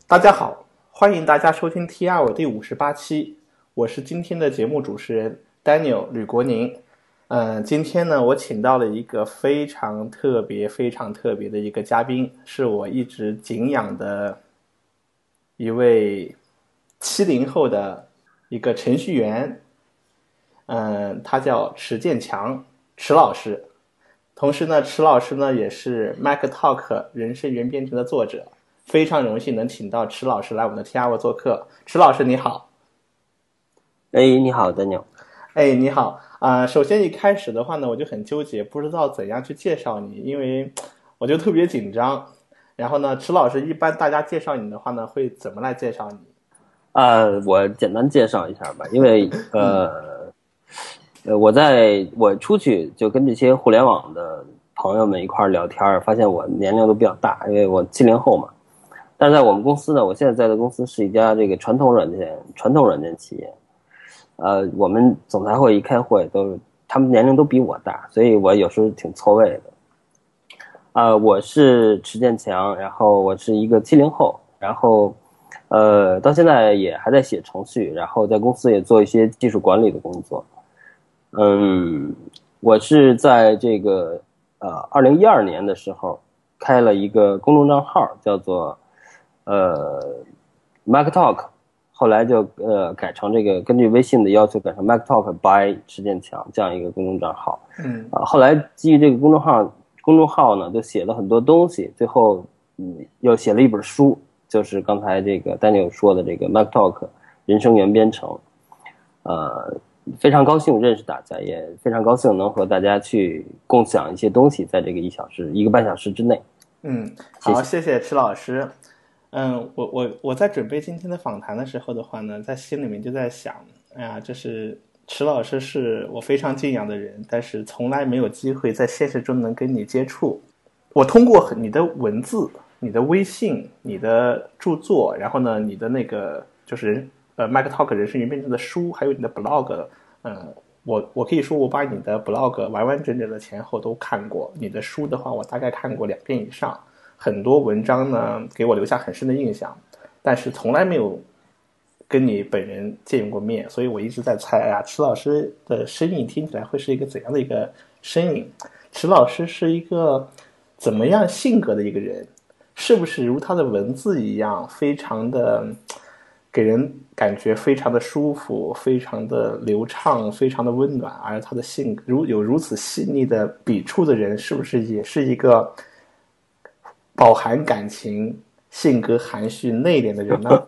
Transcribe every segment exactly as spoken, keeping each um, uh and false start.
大家好，欢迎大家收听 T R 第五十八期，我是今天的节目主持人 Daniel 吕国宁。嗯，今天呢，我请到了一个非常特别、非常特别的一个嘉宾，是我一直敬仰的一位七零后的一个程序员。嗯，他叫池建强，池老师。同时呢，池老师呢也是 Mac Talk 人生源编程的作者。非常荣幸能请到池老师来我们的 T R 做客。池老师你好。 哎，你好 Daniel。 哎，你好啊、呃！首先一开始的话呢，我就很纠结，不知道怎样去介绍你，因为我就特别紧张。然后呢，池老师一般大家介绍你的话呢，会怎么来介绍你？ 呃，我简单介绍一下吧，因为呃，呃，我在我出去就跟这些互联网的朋友们一块聊天，发现我年龄都比较大，因为我七零后嘛。但是在我们公司呢，我现在在的公司是一家这个传统软件传统软件企业。呃，我们总裁会一开会都他们年龄都比我大，所以我有时候挺错位的。呃，我是池建强，然后我是一个七零后，然后呃到现在也还在写程序，然后在公司也做一些技术管理的工作。嗯，我是在这个呃二零一二年的时候开了一个公众账号，叫做呃 Mac Talk， 后来就呃改成这个根据微信的要求改成 Mac Talk by 池建强这样一个公众账号。 嗯， 啊、呃，后来基于这个公众号公众号呢，就写了很多东西，最后嗯又写了一本书，就是刚才这个 Daniel 说的这个 Mac Talk 人生源编程。呃，非常高兴认识大家，也非常高兴能和大家去共享一些东西，在这个一小时一个半小时之内。 嗯，好，谢谢池老师。嗯，我我我在准备今天的访谈的时候的话呢，在心里面就在想，哎呀，这是池老师是我非常敬仰的人，但是从来没有机会在现实中能跟你接触。我通过你的文字、你的微信、你的著作，然后呢，你的那个就是呃 Mac Talk 人生源编程的书，还有你的 blog， 嗯，我我可以说我把你的 blog 完完整整的前后都看过。你的书的话，我大概看过两遍以上。很多文章呢给我留下很深的印象，但是从来没有跟你本人见过面，所以我一直在猜啊，池老师的身影听起来会是一个怎样的一个身影？池老师是一个怎么样性格的一个人？是不是如他的文字一样，非常的给人感觉非常的舒服，非常的流畅，非常的温暖？而他的性格如有如此细腻的笔触的人，是不是也是一个饱含感情、性格含蓄、内敛的人呢？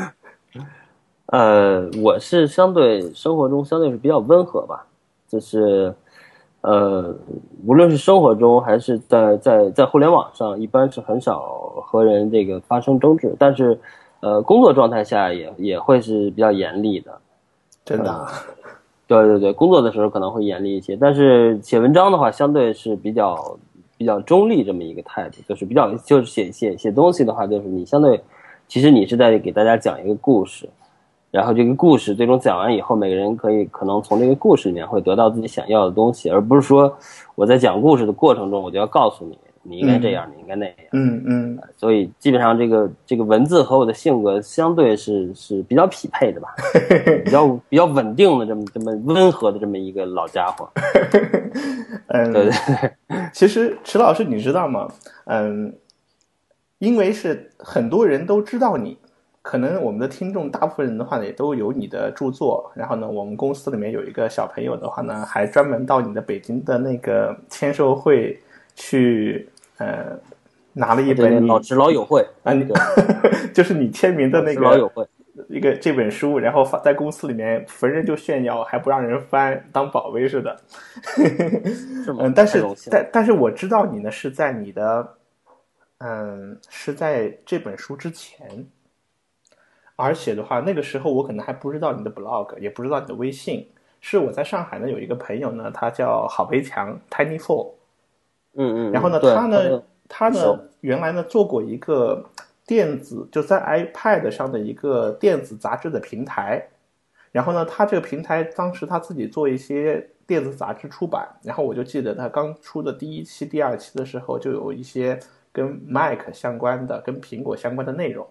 呃，我是相对生活中相对是比较温和吧，就是呃，无论是生活中还是在在在互联网上，一般是很少和人这个发生争执，但是呃，工作状态下也也会是比较严厉的。 真的、啊呃，对对对，工作的时候可能会严厉一些，但是写文章的话，相对是比较比较中立这么一个态度，就是比较就是写写写东西的话，就是你相对其实你是在给大家讲一个故事。然后这个故事最终讲完以后，每个人可以可能从这个故事里面会得到自己想要的东西，而不是说我在讲故事的过程中我就要告诉你你应该这样、嗯、你应该那样。 嗯嗯、 呃，所以基本上这个这个文字和我的性格相对是是比较匹配的吧，比较比较稳定的这么这么温和的这么一个老家伙。 嗯，对对对。其实池老师你知道吗？嗯，因为是很多人都知道你。可能我们的听众大部分人的话呢，也都有你的著作。然后呢，我们公司里面有一个小朋友的话呢，还专门到你的北京的那个签售会去，呃，拿了一本你老池老友会啊，你就是你签名的那个老友会一个这本书，然后在公司里面逢人就炫耀，还不让人翻，当宝贝似的。 是吗？ 嗯，但是但但是我知道你呢是在你的，嗯，是在这本书之前。而且的话，那个时候我可能还不知道你的 blog， 也不知道你的微信。是我在上海呢有一个朋友呢，他叫郝培强 Tiny Four， 嗯嗯， 然后呢，他呢他呢原来呢做过一个电子就在 iPad 上的一个电子杂志的平台，然后呢，他这个平台当时他自己做一些电子杂志出版，然后我就记得他刚出的第一期、第二期的时候，就有一些跟 Mac 相关的、跟苹果相关的内容。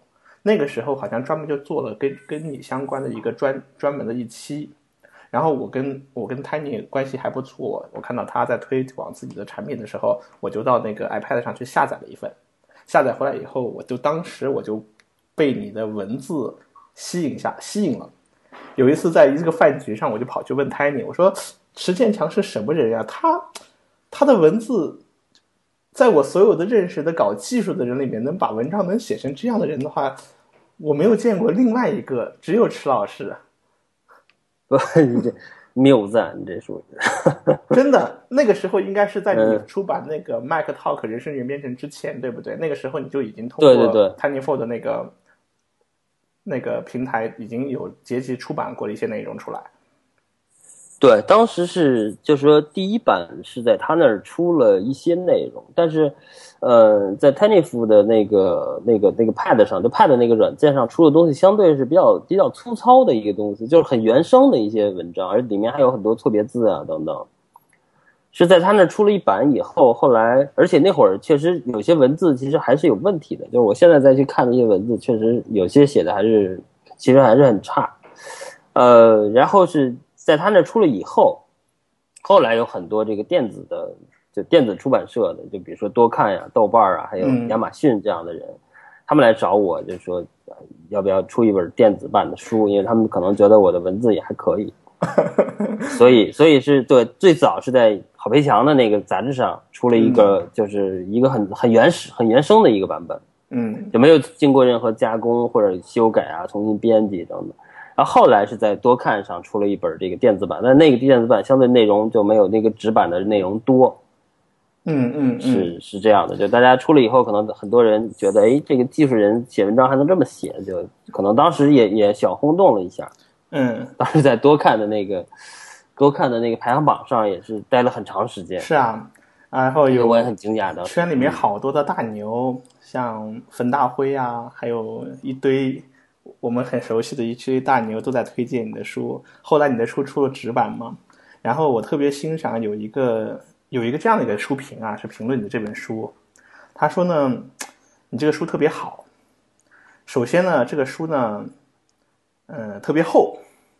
那个时候好像专门就做了跟跟你相关的一个专专门的一期。然后我跟我跟 Tiny 关系还不错，我看到他在推广自己的产品的时候，我就到那个 iPad 上去下载了一份。下载回来以后，我就当时我就被你的文字吸引下吸引了。有一次在一个饭局上，我就跑去问 Tiny， 我说池建强是什么人呀？他他的文字，在我所有的认识的搞技术的人里面，能把文章能写成这样的人的话，我没有见过另外一个，只有池老师。 不，你这谬赞，你这属于真的。那个时候应该是在你出版那个 Mac Talk 人生云编程之前，对不对？那个时候你就已经通过 Tiny Four 的那个那个平台已经有结集出版过的一些内容出来。 对，当时是就是说第一版是在他那儿出了一些内容，但是呃在 TinyFu 的那个那个那个 Pad 上，就 Pad 那个软件上出的东西相对是比较比较粗糙的一个东西，就是很原生的一些文章，而里面还有很多错别字啊等等。是在他那儿出了一版以后，后来而且那会儿确实有些文字其实还是有问题的，就是我现在再去看那些文字，确实有些写的还是其实还是很差。呃然后是在他那出了以后，后来有很多这个电子的，就电子出版社的，就比如说多看呀、豆瓣啊，还有亚马逊这样的人，嗯、他们来找我，就说要不要出一本电子版的书，因为他们可能觉得我的文字也还可以，所以所以是对，最早是在郝培强的那个杂志上出了一个，嗯、就是一个很很原始、很原生的一个版本， 嗯， 就没有经过任何加工或者修改啊、重新编辑等等。然后后来是在多看上出了一本这个电子版，但那个电子版相对内容就没有那个纸版的内容多。 嗯嗯， 是是这样的，就大家出了以后，可能很多人觉得，哎，这个技术人写文章还能这么写，就可能当时也也小轰动了一下。 嗯， 当时在多看的那个多看的那个排行榜上也是待了很长时间。 是啊，然后有我也很惊讶的， 圈里面好多的大牛，嗯、像冯大辉啊，还有一堆我们很熟悉的一堆大牛都在推荐你的书。后来你的书出了纸版嘛，然后我特别欣赏有一个有一个这样的一个书评啊，是评论你的这本书。他说呢，你这个书特别好。首先呢，这个书呢，呃，特别厚，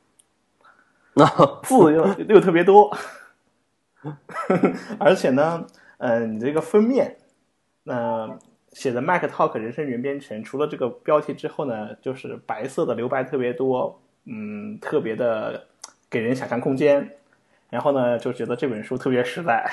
字又又特别多，而且呢，呃，你这个封面，呃，写的 Mac Talk 人生云编程，除了这个标题之后呢，就是白色的留白特别多，嗯，特别的给人想象空间。然后呢，就觉得这本书特别实在。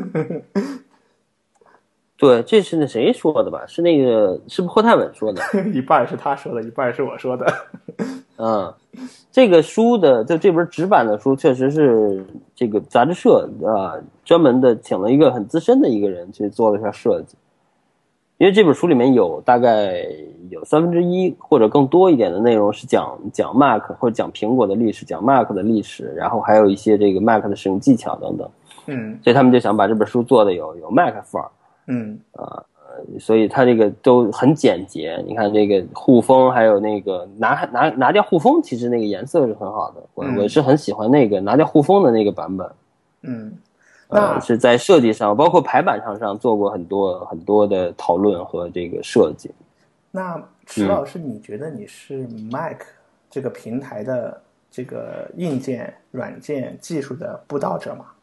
对，这是那谁说的吧？是那个是不是霍泰文说的？ 一半是他说的，一半是我说的。 嗯，这个书的就这本纸版的书，确实是这个杂志社啊专门的请了一个很资深的一个人去做了一下设计。因为这本书里面有大概有三分之一或者更多一点的内容是讲讲 Mac 或者讲苹果的历史，讲 Mac 的历史，然后还有一些这个 Mac 的使用技巧等等。 嗯， 所以他们就想把这本书做的有有 Mac 范儿。 嗯啊、呃，所以它这个都很简洁。你看这个护封，还有那个拿拿拿掉护封，其实那个颜色是很好的。我、嗯、我是很喜欢那个拿掉护封的那个版本。 嗯。 呃，是在设计上，包括排版上上做过很多很多的讨论和这个设计。 那池老师，你觉得你是 Mac 这个平台的这个硬件、软件技术的布道者吗？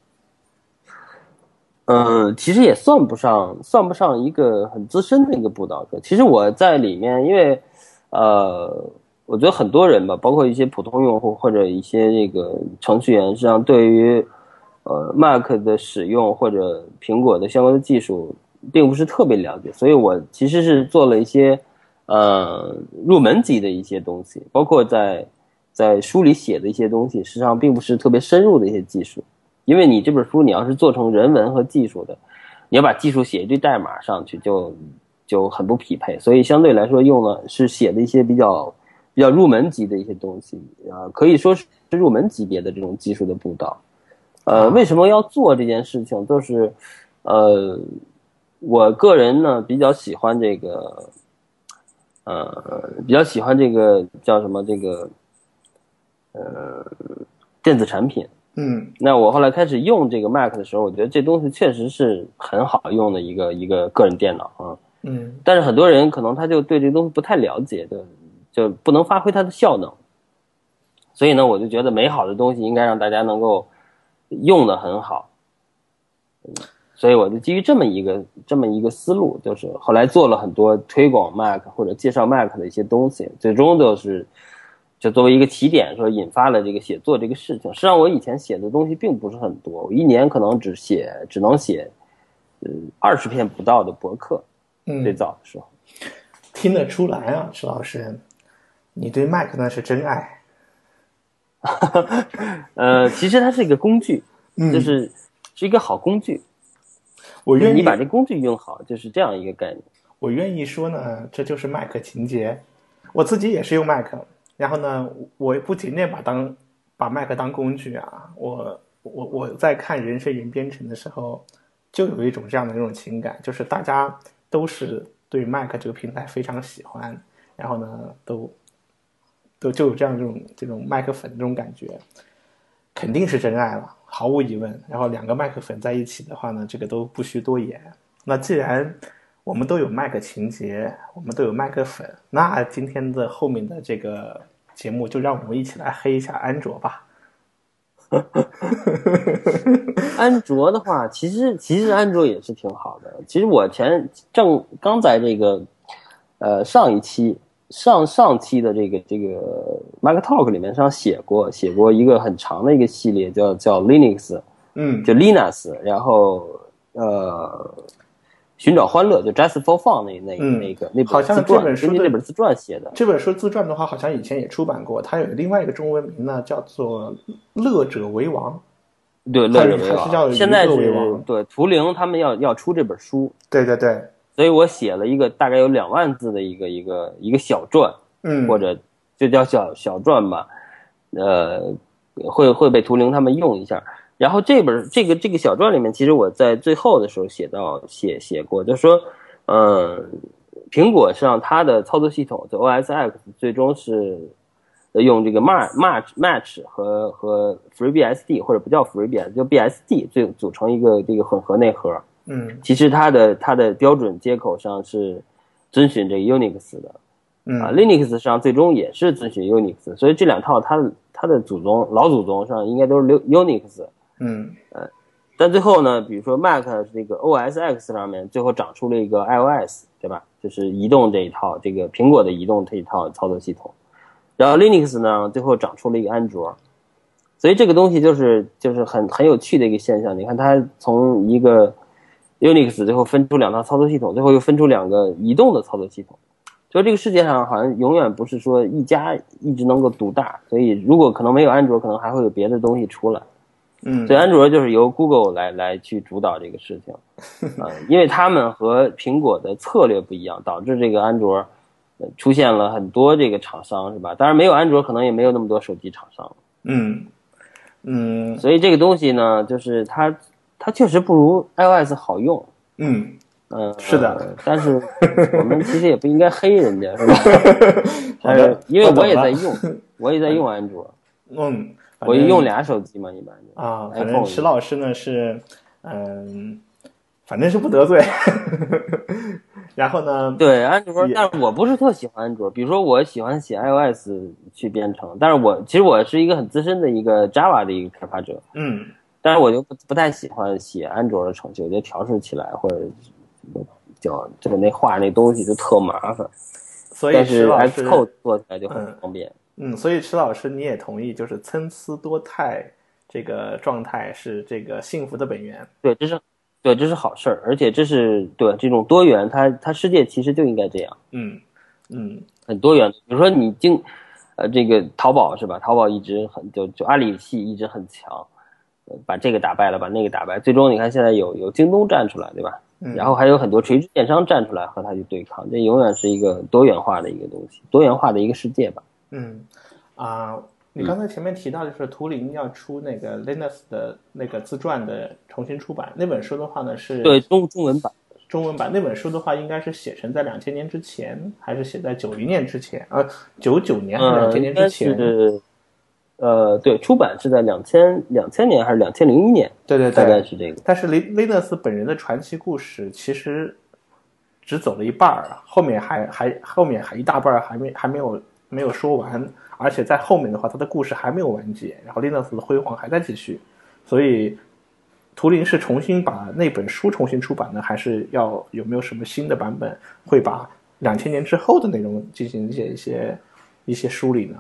嗯，其实也算不上，算不上一个很资深的一个布道者。其实我在里面，因为呃，我觉得很多人吧，包括一些普通用户或者一些这个程序员，实际上对于呃 Mac 的使用或者苹果的相关的技术并不是特别了解，所以我其实是做了一些呃入门级的一些东西，包括在在书里写的一些东西，实际上并不是特别深入的一些技术。因为你这本书你要是做成人文和技术的，你要把技术写一堆代码上去就就很不匹配，所以相对来说用的是写的一些比较比较入门级的一些东西啊、呃，可以说是入门级别的这种技术的布道。呃，为什么要做这件事情？就是呃，我个人呢比较喜欢这个呃比较喜欢这个叫什么这个呃电子产品。 嗯， 那我后来开始用这个 Mac 的时候，我觉得这东西确实是很好用的一个一个个人电脑啊。 嗯， 但是很多人可能他就对这个东西不太了解的， 就不能发挥它的效能。所以呢，我就觉得美好的东西应该让大家能够用得很好。所以我就基于这么一个这么一个思路，就是后来做了很多推广 Mac 或者介绍 Mac 的一些东西，最终就是就作为一个起点，说引发了这个写作这个事情。实际上我以前写的东西并不是很多，我一年可能只写只能写呃二十篇不到的博客。 嗯， 最早的时候听得出来啊，池老师，你对 Mac 呢是真爱。 呃，其实它是一个工具， 嗯， 就是是一个好工具。 我愿意你把这工具用好，就是这样一个概念。 我愿意说呢，这就是 Mac 情节。我自己也是用 Mac， 然后呢，我不仅仅把当把 Mac 当工具啊，我我我在看《人生云编程》的时候，就有一种这样的那种情感，就是大家都是对 Mac 这个平台非常喜欢，然后呢，都都就有这样这种这种 Mac 粉这种感觉，肯定是真爱了，毫无疑问。然后两个 Mac 粉在一起的话呢，这个都不需多言。那既然我们都有 Mac 情节，我们都有 Mac 粉，那今天的后面的这个节目就让我们一起来黑一下安卓吧。 安卓的话，其实其实安卓也是挺好的。其实我前正刚在这个呃上一期上上期的这个这个 Mac Talk 里面上写过写过一个很长的一个系列，叫叫 Linux， 嗯， 就 Linux， 然后呃寻找欢乐，就 Just for Fun 那那嗯、 那个那本好像这本书的那本自传写的。 这本书自传的话，好像以前也出版过，它有另外一个中文名呢，叫做《乐者为王》。 对，乐者为王。现在是对图灵他们要要出这本书。 对对对。 所以我写了一个大概有两万字的一个一个一个小传， 嗯， 或者就叫小小传吧，呃，会会被图灵他们用一下。然后这本这个这个小传里面，其实我在最后的时候写到写写过，就是说，嗯，苹果上它的操作系统就 O S X 最终是用这个 Match Match 和和 FreeBSD 或者不叫 FreeBSD 就 B S D 最组成一个这个混合内核。 嗯， 其实它的它的标准接口上是遵循这个 Unix 的， 嗯啊 Linux 上最终也是遵循 Unix， 所以这两套它的它的祖宗老祖宗上应该都是 Unix， 嗯， 呃，但最后呢，比如说 Mac 这个 O S X 上面最后长出了一个 iOS， 对吧？就是移动这一套这个苹果的移动这一套操作系统，然后 Linux 呢最后长出了一个安卓，所以这个东西就是就是很很有趣的一个现象。你看它从一个Unix 最后分出两套操作系统，最后又分出两个移动的操作系统，所以这个世界上好像永远不是说一家一直能够独大，所以如果可能没有安卓，可能还会有别的东西出来。 嗯， 所以安卓就是由 Google 来来去主导这个事情，呃，因为他们和苹果的策略不一样，导致这个安卓出现了很多这个厂商，是吧？当然没有安卓，可能也没有那么多手机厂商。 嗯嗯， 所以这个东西呢，就是它。它确实不如 iOS 好用， 嗯嗯、呃， 是的， 但是我们其实也不应该黑人家，是吧？但是因为我也在用，我也在用安卓， 嗯， 我用俩手机嘛，一般啊，反正池老师呢是，嗯，反正是不得罪，然后呢， 对安卓，但是我不是特喜欢安卓，比如说我喜欢写 iOS 去编程，但是我其实我是一个很资深的一个 Java 的一个开发者， 嗯。 但是我就不不太喜欢写安卓的程序，我觉得调试起来或者就就那画那东西就特麻烦。 所以池老师 Xcode 做起来就很方便。 嗯，嗯所以池老师你也同意，就是参差多态这个状态是这个幸福的本源。 对，这是对，这是好事儿，而且这是对这种多元，它它世界其实就应该这样。 嗯嗯， 很多元。比如说你经呃这个淘宝是吧？淘宝一直很就就阿里系一直很强。把这个打败了，把那个打败，最终你看现在有有京东站出来，对吧？ 嗯， 然后还有很多垂直电商站出来和它去对抗，这永远是一个多元化的一个东西，多元化的一个世界吧。 嗯啊、呃，你刚才前面提到就是图灵要出那个 Linux 的那个自传的重新出版，那本书的话呢是对中中文版， 中文版那本书的话应该是写成在两千年之前，还是写在九零年之前？呃，九九年还是两千年之前？ 嗯呃，对，出版是在两千两千年还是两千零一年？ 对对对， 大概是这个。 但是林雷纳斯本人的传奇故事其实只走了一半儿，后面还还后面还一大半还没还没有没有说完，而且在后面的话，他的故事还没有完结，然后 Linus 的辉煌还在继续，所以图灵是重新把那本书重新出版呢，还是要有没有什么新的版本会把两千年之后的内容进行一些一些一些梳理呢？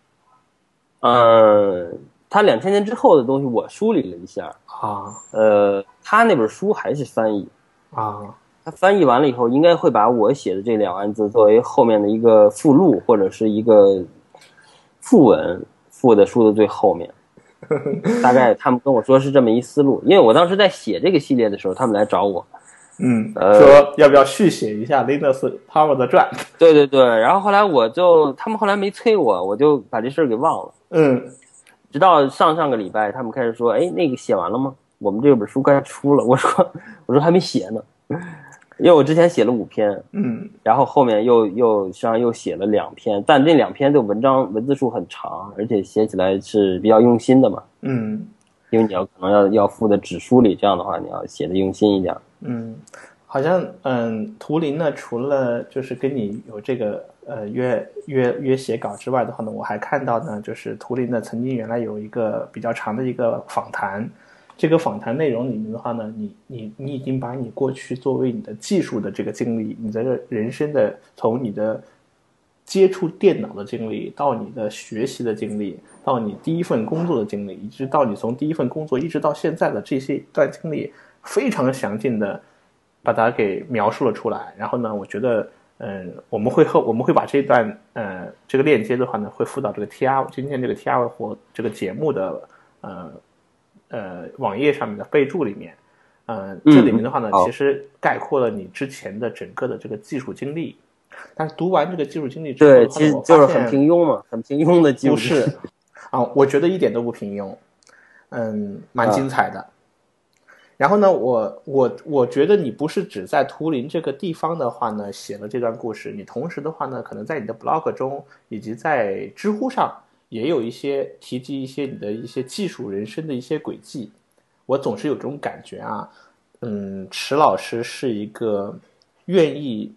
呃，他两千年之后的东西我梳理了一下啊， 呃，他那本书还是翻译啊， 他翻译完了以后，应该会把我写的这两万字作为后面的一个附录或者是一个附文附在书的最后面。大概他们跟我说是这么一思路，因为我当时在写这个系列的时候，他们来找我， 嗯， 呃、 说要不要续写一下 Linus Torvalds 的传？ 对对对，然后后来我就他们后来没催我，我就把这事儿给忘了。 嗯， 直到上上个礼拜，他们开始说，哎，那个写完了吗？我们这本书该出了。我说我说还没写呢。因为我之前写了五篇， 嗯， 然后后面又又实际上又写了两篇，但这两篇的文章文字数很长，而且写起来是比较用心的嘛， 嗯， 因为你要可能要要附在纸书里，这样的话你要写的用心一点。 嗯，好像嗯，图灵呢，除了就是跟你有这个呃约约约写稿之外的话呢，我还看到呢，就是图灵呢曾经原来有一个比较长的一个访谈。这个访谈内容里面的话呢，你你你已经把你过去作为你的技术的这个经历，你的人生的从你的接触电脑的经历，到你的学习的经历，到你第一份工作的经历，一直到你从第一份工作一直到现在的这些段经历，非常详尽的把它给描述了出来。然后呢，我觉得嗯，我们会后我们会把这段呃这个链接的话呢，会附到这个 T R 今天这个 T R 或这个节目的呃。呃，网页上面的备注里面，呃，这里面的话呢， 嗯、 其实概括了你之前的整个的这个技术经历。但是读完这个技术经历之后的话， 对，其实就是很平庸嘛，很平庸的技术。 不是啊，我觉得一点都不平庸，嗯，蛮精彩的。啊、然后呢，我我我觉得你不是只在图灵这个地方的话呢写了这段故事，你同时的话呢，可能在你的 blog 中以及在知乎上。也有一些提及一些你的一些技术人生的一些轨迹，我总是有这种感觉啊，嗯，池老师是一个愿意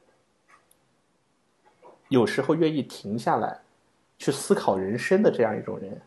有时候愿意停下来去思考人生的这样一种人。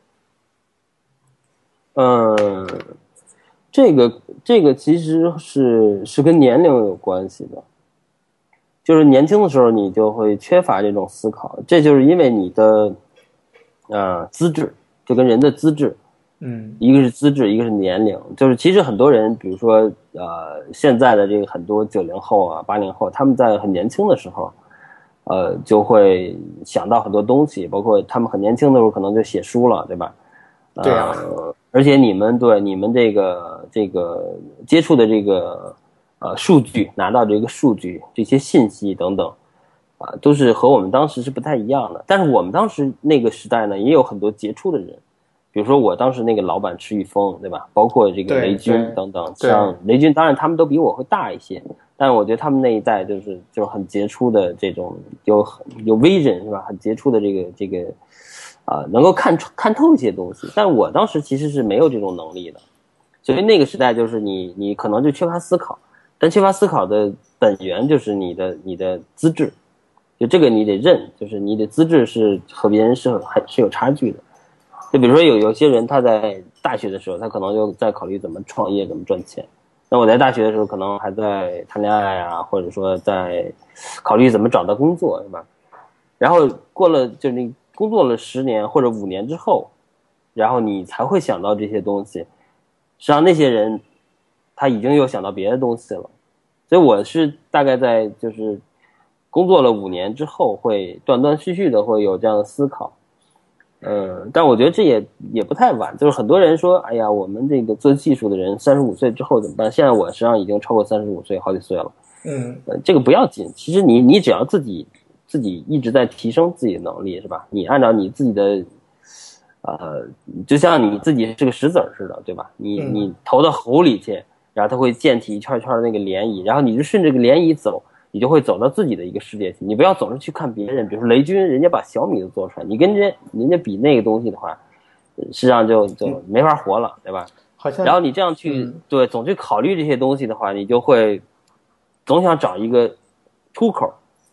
嗯，这个这个其实是是跟年龄有关系的，就是年轻的时候你就会缺乏这种思考，这就是因为你的。呃，资质就跟人的资质， 嗯， 一个是资质，一个是年龄。就是其实很多人，比如说呃，现在的这个很多九零后啊、八零后，他们在很年轻的时候，呃，就会想到很多东西，包括他们很年轻的时候可能就写书了，对吧？ 对啊。 呃、而且你们对你们这个这个接触的这个呃数据，拿到这个数据、这些信息等等。啊，都是和我们当时是不太一样的。但是我们当时那个时代呢，也有很多杰出的人，比如说我当时那个老板池玉峰，对吧？包括这个雷军等等，像雷军，当然他们都比我会大一些，但是我觉得他们那一代就是就是很杰出的这种有有 vision 是吧？很杰出的这个这个啊、呃，能够看看透一些东西。但我当时其实是没有这种能力的，所以那个时代就是你你可能就缺乏思考，但缺乏思考的本源就是你的你的资质。就这个你得认，就是你的资质是和别人是很是有差距的。就比如说有有些人他在大学的时候，他可能就在考虑怎么创业、怎么赚钱。那我在大学的时候，可能还在谈恋爱啊，或者说在考虑怎么找到工作，是吧？然后过了就你工作了十年或者五年之后，然后你才会想到这些东西。实际上那些人他已经有想到别的东西了。所以我是大概在就是工作了五年之后，会断断续续的会有这样的思考，嗯，但我觉得这也也不太晚。就是很多人说，哎呀，我们这个做技术的人三十五岁之后怎么办？现在我实际上已经超过三十五岁，好几岁了。 嗯， 呃，这个不要紧。其实你你只要自己自己一直在提升自己的能力，是吧？你按照你自己的，呃，就像你自己是个石子儿似的，对吧？你你投到湖里去，然后它会溅起一圈圈的那个涟漪，然后你就顺着这个涟漪走。你就会走到自己的一个世界去，你不要总是去看别人，比如说雷军，人家把小米都做出来，你跟人家人家比那个东西的话，实际上就就没法活了，对吧？ 好像。 然后你这样去、嗯、对总去考虑这些东西的话，你就会总想找一个出口，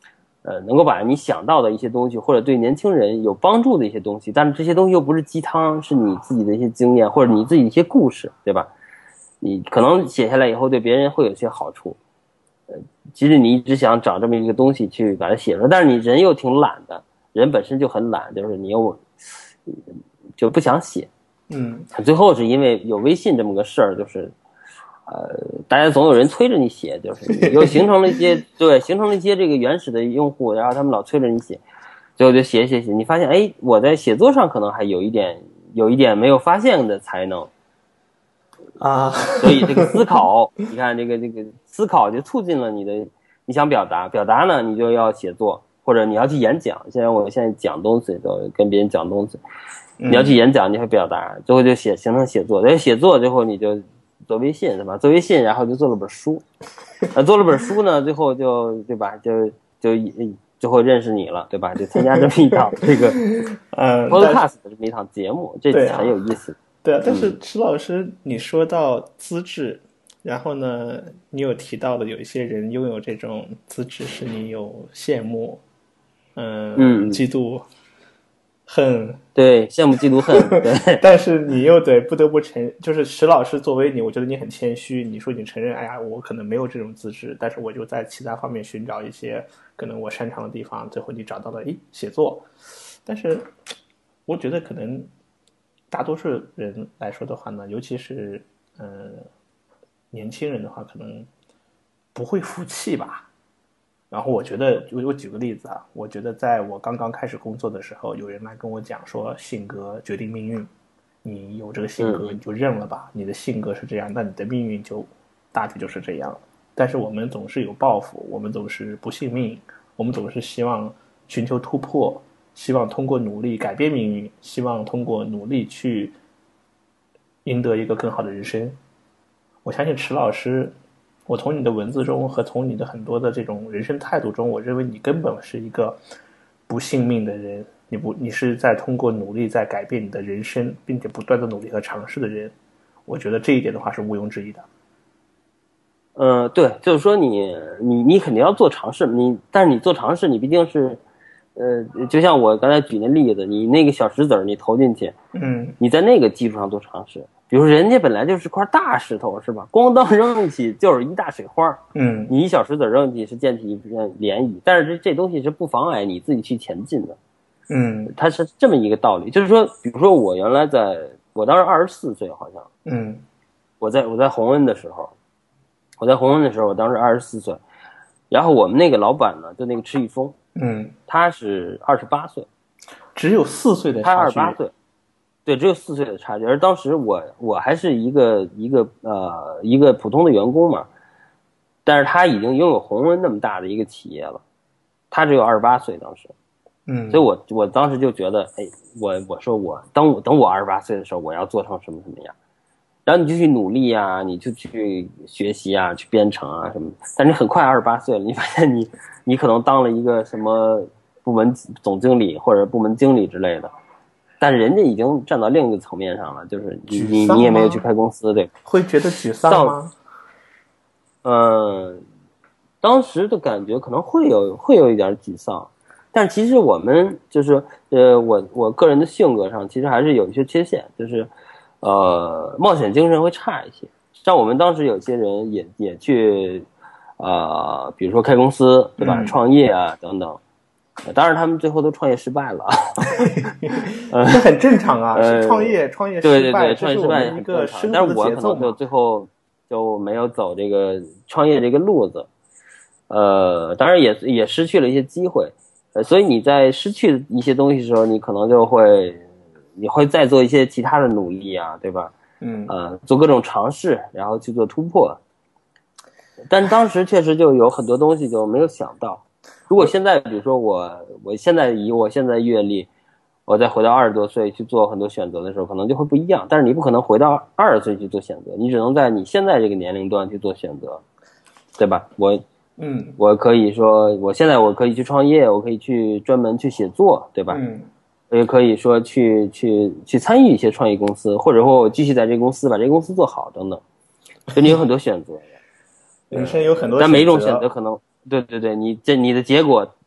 呃，能够把你想到的一些东西，或者对年轻人有帮助的一些东西，但是这些东西又不是鸡汤，是你自己的一些经验，或者你自己一些故事，对吧？你可能写下来以后对别人会有些好处。呃，其实你一直想找这么一个东西去把它写出来，但是你人又挺懒的，人本身就很懒，就是你又就不想写。 嗯， 最后是因为有微信这么个事儿，就是呃，大家总有人催着你写，就是又形成了一些对，形成了一些这个原始的用户，然后他们老催着你写，最后就写写写，你发现哎，我在写作上可能还有一点有一点没有发现的才能啊， 所以这个思考，你看这个这个思考就促进了你的你想表达，表达呢你就要写作，或者你要去演讲。现在我现在讲东西都跟别人讲东西，你要去演讲，你会表达，最后就写形成写作，在写作最后你就做微信是吧？做微信，然后就做了本书，呃，做了本书呢，最后就对吧？就就最后认识你了，对吧？就参加这么一档这个嗯 podcast 的这么一档节目，这很有意思。 对啊，但是池老师，你说到资质，然后呢，你有提到的有一些人拥有这种资质，是你有羡慕，嗯， 嗯嫉妒。恨， 对，羡慕嫉妒恨，对。 但是你又得不得不承，就是石老师作为你，我觉得你很谦虚。你说你承认，哎呀，我可能没有这种资质，但是我就在其他方面寻找一些可能我擅长的地方，最后你找到了，诶，写作。但是我觉得可能大多数人来说的话呢，尤其是嗯、呃、年轻人的话，可能不会服气吧。然后我觉得，我我举个例子啊，我觉得在我刚刚开始工作的时候，有人来跟我讲说，性格决定命运，你有这个性格你就认了吧，你的性格是这样，那你的命运就大体就是这样。但是我们总是有抱负，我们总是不信命，我们总是希望寻求突破，希望通过努力改变命运，希望通过努力去赢得一个更好的人生。我相信池老师，我从你的文字中和从你的很多的这种人生态度中，我认为你根本是一个不信命的人，你不，你是在通过努力在改变你的人生，并且不断的努力和尝试的人。我觉得这一点的话是毋庸置疑的。 呃，对，就是说你你你肯定要做尝试，你但是你做尝试，你毕竟是，呃，就像我刚才举那例子，你那个小石子儿你投进去， 嗯， 你在那个基础上做尝试。比如人家本来就是块大石头，是吧？咣当扔进去就是一大水花， 嗯， 你一小石子扔进去是溅起一片涟漪，但是这这东西是不妨碍你自己去前进的， 嗯， 它是这么一个道理。就是说，比如说我原来在我当时二十四岁，好像， 嗯， 我在我在洪恩的时候，我在洪恩的时候，我当时二十四岁，然后我们那个老板呢，就那个池玉峰， 嗯， 他是二十八岁， 只有四岁的差距， 他二十八岁。对，只有四岁的差距，而当时我我还是一个一个呃一个普通的员工嘛，但是他已经拥有洪恩那么大的一个企业了，他只有二十八岁当时， 嗯， 所以我我当时就觉得，哎，我我说我当我等我二十八岁的时候，我要做成什么什么样，然后你就去努力啊，你就去学习啊，去编程啊什么，但你很快二十八岁了，你发现你你可能当了一个什么部门总经理或者部门经理之类的。但是人家已经站到另一个层面上了，就是你你你也没有去开公司，对， 会觉得沮丧吗？ 嗯，当时的感觉可能会有会有一点沮丧，但其实我们就是呃，我我个人的性格上其实还是有一些缺陷，就是呃，冒险精神会差一些。像我们当时有些人也也去呃，比如说开公司，对吧？ 嗯、 创业啊等等。当然，他们最后都创业失败了， 这很正常啊。呃、创业创业失败， 对对对，创业失败一个生但是我可能就最后就没有走这个创业这个路子，呃，当然也也失去了一些机会，呃，所以你在失去一些东西的时候，你可能就会你会再做一些其他的努力啊，对吧？ 嗯， 呃，做各种尝试，然后去做突破。但当时确实就有很多东西就没有想到。如果现在比如说我我现在以我现在阅历，我再回到二十多岁去做很多选择的时候，可能就会不一样。但是你不可能回到二十岁去做选择，你只能在你现在这个年龄段去做选择，对吧？我嗯， 我可以说我现在我可以去创业，我可以去专门去写作，对吧？ 嗯， 我也可以说去去去参与一些创业公司，或者说我继续在这个公司把这个公司做好等等，所以你有很多选择。 人生有很多选择， 但每一种选择可能。对对对，你这你的结果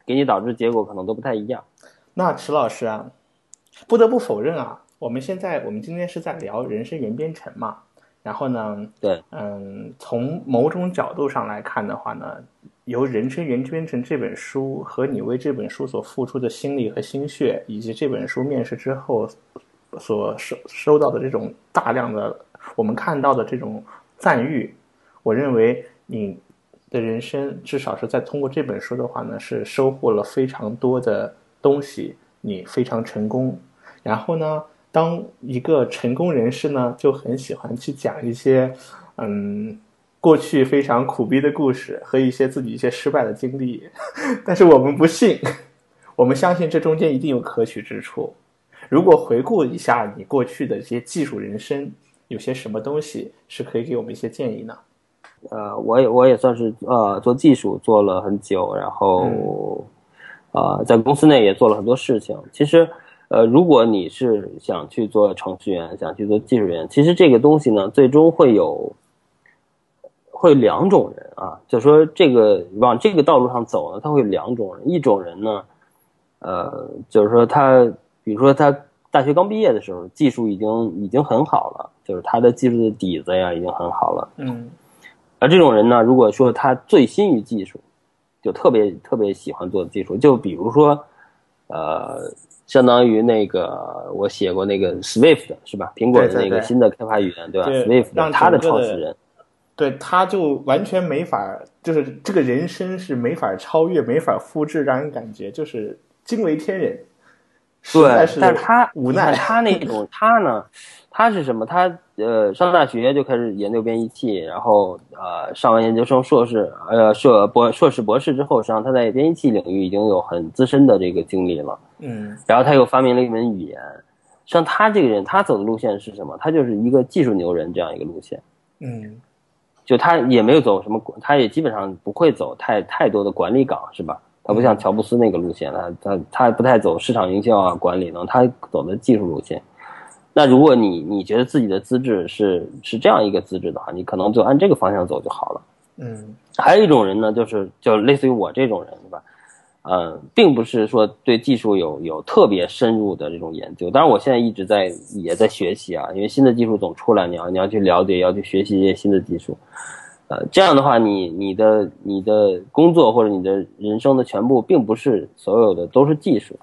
给你导致结果可能都不太一样。 那池老师啊，不得不否认啊，我们现在我们今天是在聊人生圆编程嘛，然后呢， 对， 嗯，从某种角度上来看的话呢，由《人生圆编程》这本书和你为这本书所付出的心力和心血，以及这本书面世之后所收收到的这种大量的我们看到的这种赞誉，我认为你的人生至少是在通过这本书的话呢，是收获了非常多的东西，你非常成功。然后呢，当一个成功人士呢，就很喜欢去讲一些嗯过去非常苦逼的故事和一些自己一些失败的经历，但是我们不信，我们相信这中间一定有可取之处。如果回顾一下你过去的这些技术人生，有些什么东西是可以给我们一些建议呢？ 呃，我也我也算是呃做技术做了很久，然后、嗯、呃在公司内也做了很多事情。其实呃如果你是想去做程序员，想去做技术员，其实这个东西呢，最终会有会两种人啊，就说这个往这个道路上走呢，他会有两种人。一种人呢，呃，就是说他，比如说他大学刚毕业的时候，技术已经已经很好了，就是他的技术的底子呀已经很好了。 嗯。 而这种人呢，如果说他醉心于技术，就特别特别喜欢做技术，就比如说，呃，相当于那个我写过那个 Swift 是吧？苹果的那个新的开发语言， 对, 对, 对吧 ？Swift 他的创始人。 对，他就完全没法，就是这个人生是没法超越、没法复制，让人感觉就是惊为天人。 对，但是他无奈，他那种他呢，他是什么？他呃上大学就开始研究编译器，然后呃上完研究生、硕士，呃硕博硕士、博士之后，实际上他在编译器领域已经有很资深的这个经历了。 嗯， 然后他又发明了一门语言。像他这个人，他走的路线是什么？他就是一个技术牛人这样一个路线。 嗯。 就他也没有走什么，他也基本上不会走太太多的管理岗，是吧？他不像乔布斯那个路线，他他他不太走市场营销啊、管理呢，他走的技术路线。那如果你你觉得自己的资质是是这样一个资质的话，你可能就按这个方向走就好了。 嗯。 还有一种人呢，就是就类似于我这种人，是吧？呃，并不是说对技术有有特别深入的这种研究，当然我现在一直在也在学习啊，因为新的技术总出来，你要你要去了解，要去学习一些新的技术，呃，这样的话，你你的你的工作或者你的人生的全部，并不是所有的都是技术，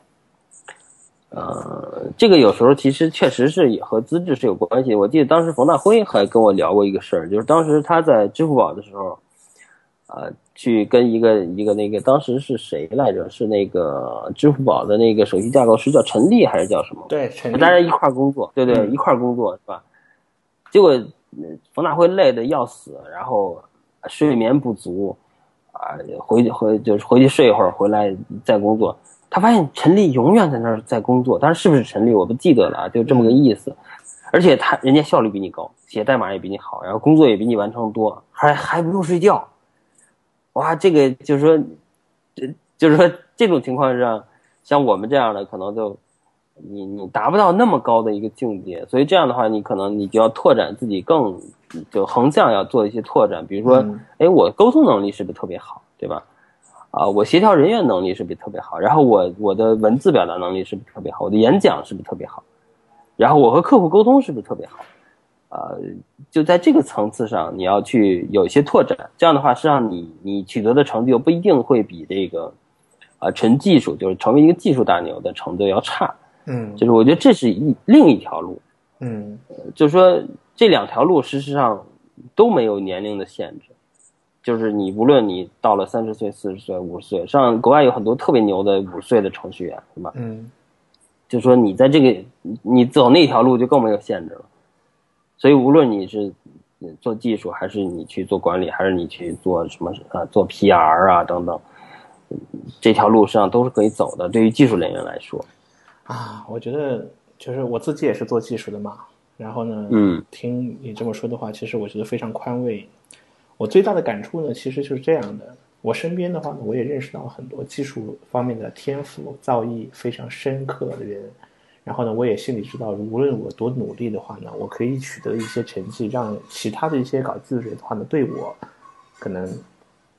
呃，这个有时候其实确实是和资质是有关系。我记得当时冯大辉还跟我聊过一个事儿，就是当时他在支付宝的时候。呃，去跟一个一个那个当时是谁来着？是那个支付宝的那个首席架构师叫陈立还是叫什么？ 对，陈立。 大家一块工作，对对，嗯、一块工作是吧？结果冯大辉累得要死，然后睡眠不足啊、呃，回回就是回去睡一会儿，回来再工作。他发现陈立永远在那儿在工作，但是是不是陈立我不记得了，就这么个意思。嗯、而且他人家效率比你高，写代码也比你好，然后工作也比你完成多，还还不用睡觉。哇，这个就是说，就是说这种情况上，像我们这样的可能就你你达不到那么高的一个境界，所以这样的话，你可能你就要拓展自己更就横向要做一些拓展，比如说，哎、嗯，我沟通能力是不是特别好，对吧？啊，我协调人员能力是不是特别好？然后我我的文字表达能力是不是特别好？我的演讲是不是特别好？然后我和客户沟通是不是特别好？呃，就在这个层次上，你要去有一些拓展，这样的话，实际上你你取得的成就不一定会比这个，啊、呃，纯技术就是成为一个技术大牛的成就要差。 嗯， 就是我觉得这是一另一条路。 嗯、 呃，就是说这两条路事实上都没有年龄的限制，就是你无论你到了三十岁、四十岁、五十岁，上国外有很多特别牛的五十岁的程序员，是吧？ 嗯， 就是说你在这个你走那条路就更没有限制了。所以无论你是做技术，还是你去做管理，还是你去做什么啊，做 P R 啊等等，这条路上都是可以走的。对于技术人员来说， 啊，我觉得就是我自己也是做技术的嘛，然后呢， 嗯， 听你这么说的话，其实我觉得非常宽慰。我最大的感触呢，其实就是这样的。我身边的话呢，我也认识到很多技术方面的天赋、造诣非常深刻的人。然后呢，我也心里知道，无论我多努力的话呢，我可以取得一些成绩，让其他的一些搞技术人的话呢，对我可能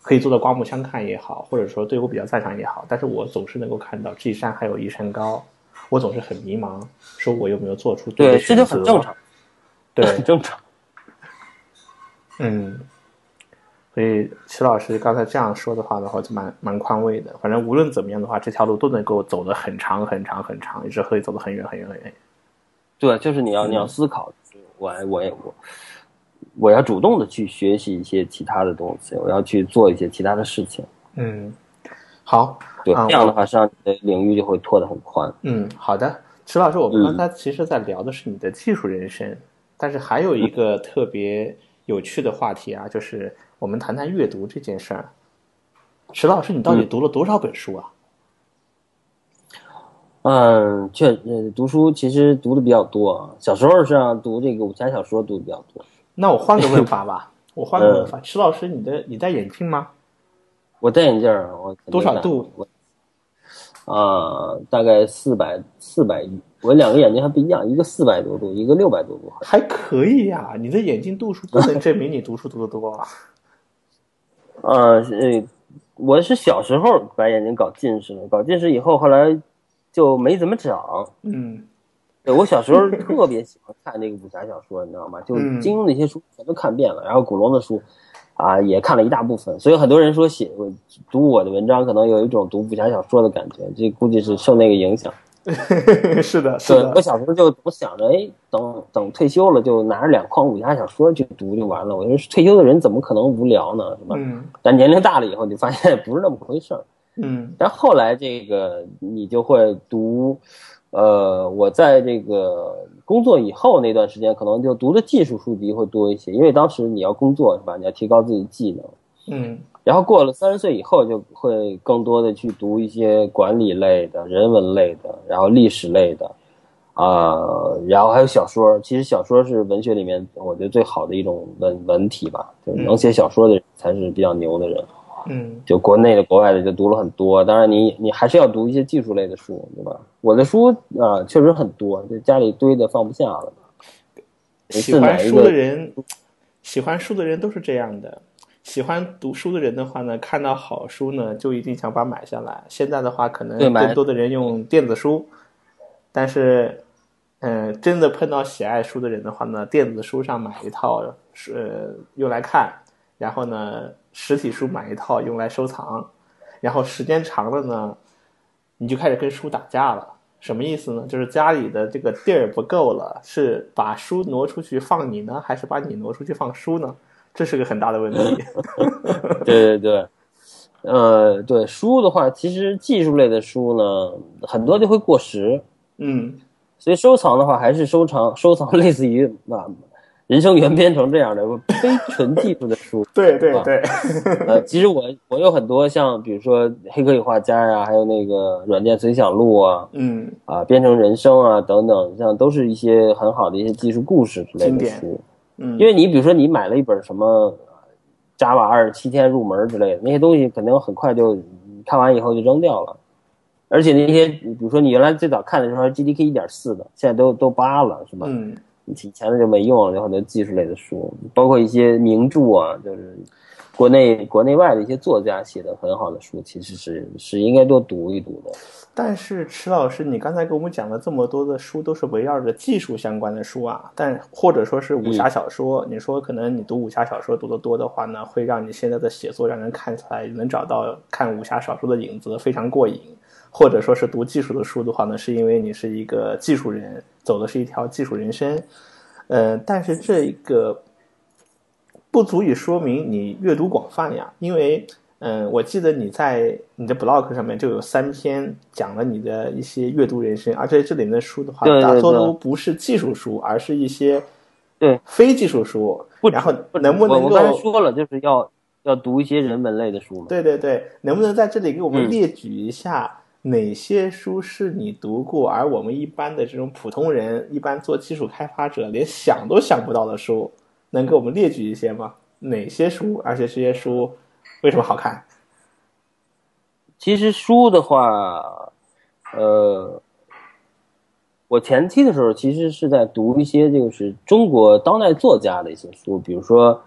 可以做到刮目相看也好，或者说对我比较赞赏也好，但是我总是能够看到这一山还有一山高，我总是很迷茫，说我有没有做出对的选择。 对，这就很正常， 对， 很正常。 嗯，所以齐老师刚才这样说的话的话，就蛮蛮宽慰的。反正无论怎么样的话，这条路都能够走得很长很长很长，一直可以走得很远很远很远。 对，就是你要你要思考，我我也我我要主动的去学习一些其他的东西，我要去做一些其他的事情。 嗯，好， 对， 嗯、 这样的话，实际上你的领域就会拓得很宽。 嗯，好的，池老师，我们刚才其实在聊的是你的技术人生，嗯、但是还有一个特别有趣的话题啊，就是我们谈谈阅读这件事儿。池老师，你到底读了多少本书啊？ 嗯，确，呃，读书其实读的比较多。小时候实际上读这个武侠小说读的比较多。 那我换个问法吧，我换个问法，池老师，你的你戴眼镜吗？ 我戴眼镜，我多少度？ 我啊、呃，大概四百四百一。我两个眼睛还不一样，一个四百多度，一个六百多度。 还可以呀、啊，你的眼镜度数不能证明你读书读得多啊。 呃，呃，我是小时候把眼睛搞近视了，搞近视以后，后来就没怎么长。 嗯， 对，我小时候特别喜欢看那个武侠小说，你知道吗？就金庸那些书全都看遍了，然后古龙的书啊也看了一大部分。所以很多人说写我读我的文章，可能有一种读武侠小说的感觉，这估计是受那个影响。 是的，是的。 我小时候就我想着，哎，等等退休了，就拿着两筐武侠小说去读就完了。我说退休的人怎么可能无聊呢？是吧？ 嗯。 但年龄大了以后，你发现不是那么回事儿。 嗯。 但后来这个你就会读，呃，我在这个工作以后那段时间，可能就读的技术书籍会多一些，因为当时你要工作是吧？你要提高自己技能。 嗯。 然后过了三十岁以后，就会更多的去读一些管理类的、人文类的，然后历史类的，啊、呃，然后还有小说。其实小说是文学里面我觉得最好的一种文文体吧，就是能写小说的人才是比较牛的人。 嗯， 就国内的、国外的就读了很多。当然你，你还是要读一些技术类的书，对吧？我的书啊、呃，确实很多，就家里堆的放不下了。 喜欢书的人，喜欢书的人都是这样的。喜欢读书的人的话呢，看到好书呢，就一定想把它买下来。现在的话，可能更多的人用电子书，但是，嗯、呃，真的碰到喜爱书的人的话呢，电子书上买一套，呃，用来看，然后呢，实体书买一套用来收藏，然后时间长了呢，你就开始跟书打架了。什么意思呢？就是家里的这个地儿不够了，是把书挪出去放你呢，还是把你挪出去放书呢？这是个很大的问题。 对对对，呃，对书的话，其实技术类的书呢，很多就会过时。 嗯， 所以收藏的话，还是收藏收藏类似于啊，人生原编成这样的非纯技术的书。 对对对。 呃，其实我我有很多像比如说《黑客与画家》呀，还有那个《软件随想录》啊， 嗯， 啊，编程人生啊等等，像都是一些很好的一些技术故事之类的书。 嗯， 因为你比如说你买了一本什么 Java 二十七天入门之类的那些东西，肯定很快就看完以后就扔掉了。而且那些比如说你原来最早看的时候 G D K 一点四 的，现在都都八了，是吧？ 嗯， 以前的就没用了，有很多技术类的书，包括一些名著啊，就是国内国内外的一些作家写的很好的书，其实是是应该多读一读的。 但是池老师，你刚才给我们讲了这么多的书，都是围绕着技术相关的书啊，但或者说是武侠小说。嗯、你说可能你读武侠小说读得多的话呢，会让你现在的写作让人看起来能找到看武侠小说的影子，非常过瘾。或者说是读技术的书的话呢，是因为你是一个技术人，走的是一条技术人生。呃，但是这个不足以说明你阅读广泛呀，因为嗯，我记得你在你的 blog 上面就有三篇讲了你的一些阅读人生，而且这里面的书的话， 对对对， 大多都不是技术书，而是一些对非技术书。然后能不能够我我刚才说了，就是要要读一些人文类的书嘛。 对对对，能不能在这里给我们列举一下哪些书是你读过，嗯、而我们一般的这种普通人，一般做技术开发者连想都想不到的书，能给我们列举一些吗？哪些书？而且这些书为什么好看？ 其实书的话，呃，我前期的时候其实是在读一些就是中国当代作家的一些书，比如说，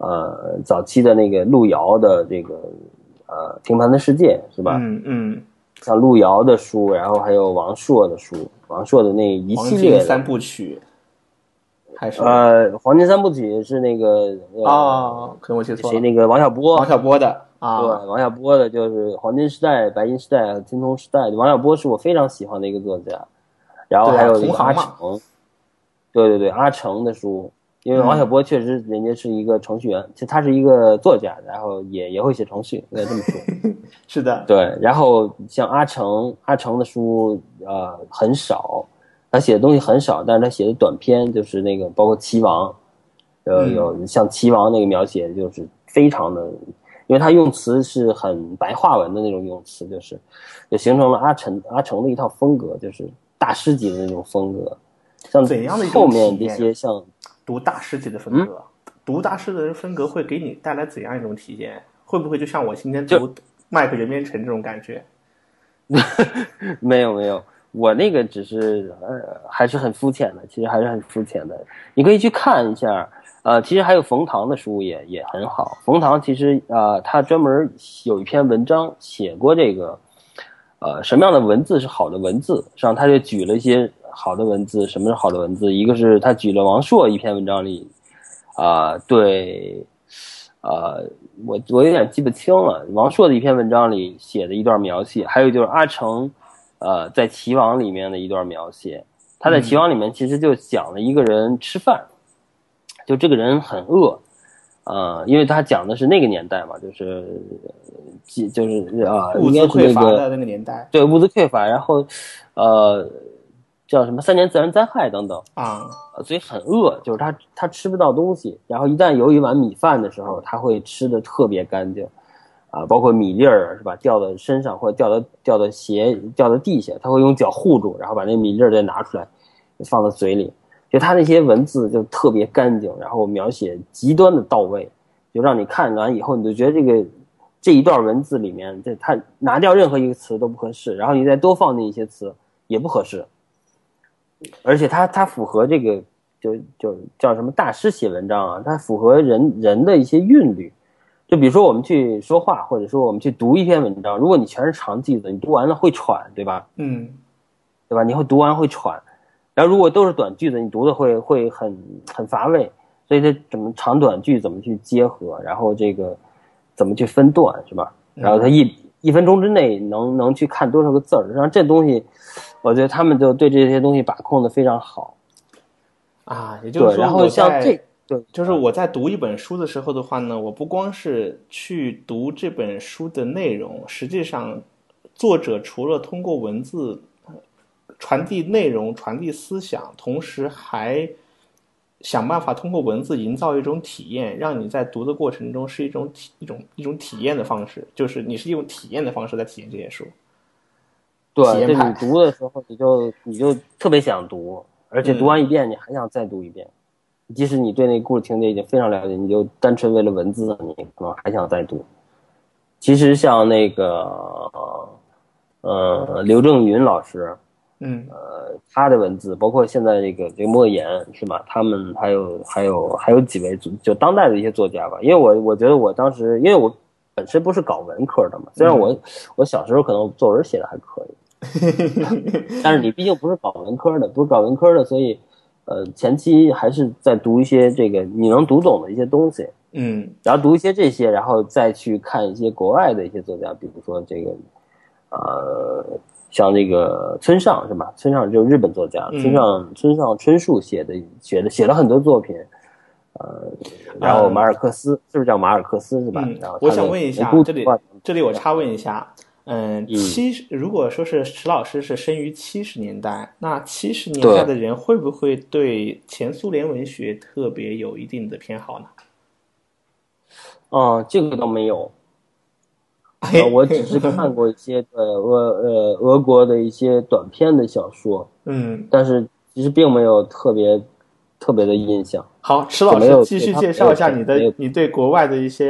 呃早期的那个路遥的这个呃《平凡的世界》是吧？ 嗯嗯， 像路遥的书，然后还有王朔的书，王朔的那一系列的黄金三部曲，还是呃黄金三部曲是那个呃、 哦，可能我记错了， 谁那个王小波， 王小波的啊， 对，王小波的就是黄金时代、白银时代和青铜时代。王小波是我非常喜欢的一个作家，然后还有这个阿成，对对对，阿成的书，因为王小波确实人家是一个程序员，嗯、其实他是一个作家，然后也也会写程序，应该这么说。 是的， 对。然后像阿成，阿成的书呃很少，他写的东西很少，但是他写的短篇就是那个包括齐王，呃有像齐王那个描写就是非常的。因为他用词是很白话文的那种用词，就是就形成了阿成阿成的一套风格，就是大师级的那种风格。像怎样的后面这些像读大师级的风格，嗯、读大师的风格会给你带来怎样一种体验？会不会就像我今天读麦克袁边城这种感觉？ 没有没有，我那个只是呃还是很肤浅的，其实还是很肤浅的。你可以去看一下。呃，其实还有冯唐的书也也很好。冯唐其实呃，他专门有一篇文章写过这个，呃，什么样的文字是好的文字，实际上他就举了一些好的文字。什么是好的文字？一个是他举了王朔一篇文章里，啊、呃，对，呃，我我有点记不清了，王朔的一篇文章里写的一段描写，还有就是阿成，呃，在齐王里面的一段描写。他在齐王里面其实就讲了一个人吃饭。就这个人很饿，呃，因为他讲的是那个年代嘛，就是，就是啊， 物资匮乏的那个年代， 对，物资匮乏，然后，呃，叫什么三年自然灾害等等啊， 所以很饿，就是他他吃不到东西，然后一旦有一碗米饭的时候，他会吃的特别干净，啊，包括米粒儿是吧，掉到身上或者掉到掉到鞋掉到地下，他会用脚护住，然后把那米粒儿再拿出来，放到嘴里。就他那些文字就特别干净，然后描写极端的到位，就让你看完以后你就觉得这个这一段文字里面，这他拿掉任何一个词都不合适，然后你再多放进一些词也不合适，而且他他符合这个就就叫什么大师写文章啊，他符合人人的一些韵律。就比如说我们去说话，或者说我们去读一篇文章，如果你全是长句子，你读完了会喘，对吧？ 嗯， 对吧？你会读完会喘。然后如果都是短句子，你读的会会很很乏味，所以这怎么长短句怎么去结合，然后这个怎么去分段，是吧？然后他一、嗯、一分钟之内能能去看多少个字儿，然后这东西，我觉得他们就对这些东西把控的非常好啊。也就是说， 然后像这对，就是我在读一本书的时候的话呢，我不光是去读这本书的内容，实际上作者除了通过文字传递内容、传递思想，同时还想办法通过文字营造一种体验，让你在读的过程中是一种体一种一种体验的方式，就是你是用体验的方式在体验这些书。 对，这你读的时候，你就你就特别想读，而且读完一遍，你还想再读一遍。嗯、即使你对那个故事情节已经非常了解，你就单纯为了文字，你可能还想再读。其实像那个呃刘震云老师。 嗯， 呃，他的文字，包括现在这个这个莫言是吧？他们还有还有还有几位就当代的一些作家吧。因为我我觉得我当时，因为我本身不是搞文科的嘛，虽然我、嗯、我小时候可能作文写的还可以，但是你毕竟不是搞文科的，不是搞文科的，所以呃前期还是在读一些这个你能读懂的一些东西， 嗯， 然后读一些这些，然后再去看一些国外的一些作家，比如说这个呃。像那个村上是吧？村上就是日本作家，村上村上春树写的写的写了很多作品，呃，然后马尔克斯、嗯、是不是叫马尔克斯是吧？ 嗯、 然后我想问一下，这里这里我插问一下，嗯，七十、嗯、如果说是石老师是生于七十年代，那七十年代的人会不会对前苏联文学特别有一定的偏好呢？ 哦、呃，这个倒没有。呃，我只是看过一些呃俄呃俄国的一些短篇的小说， 嗯， 但是其实并没有特别特别的印象。 好，石老师继续介绍一下你的你对国外的一些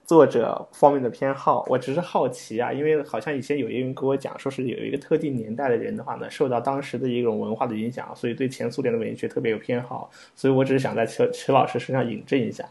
作者方面的偏好，我只是好奇啊，因为好像以前有一个人跟我讲，说是有一个特定年代的人的话呢，受到当时的一种文化的影响，所以对前苏联的文学特别有偏好，所以我只是想在池池老师身上引证一下。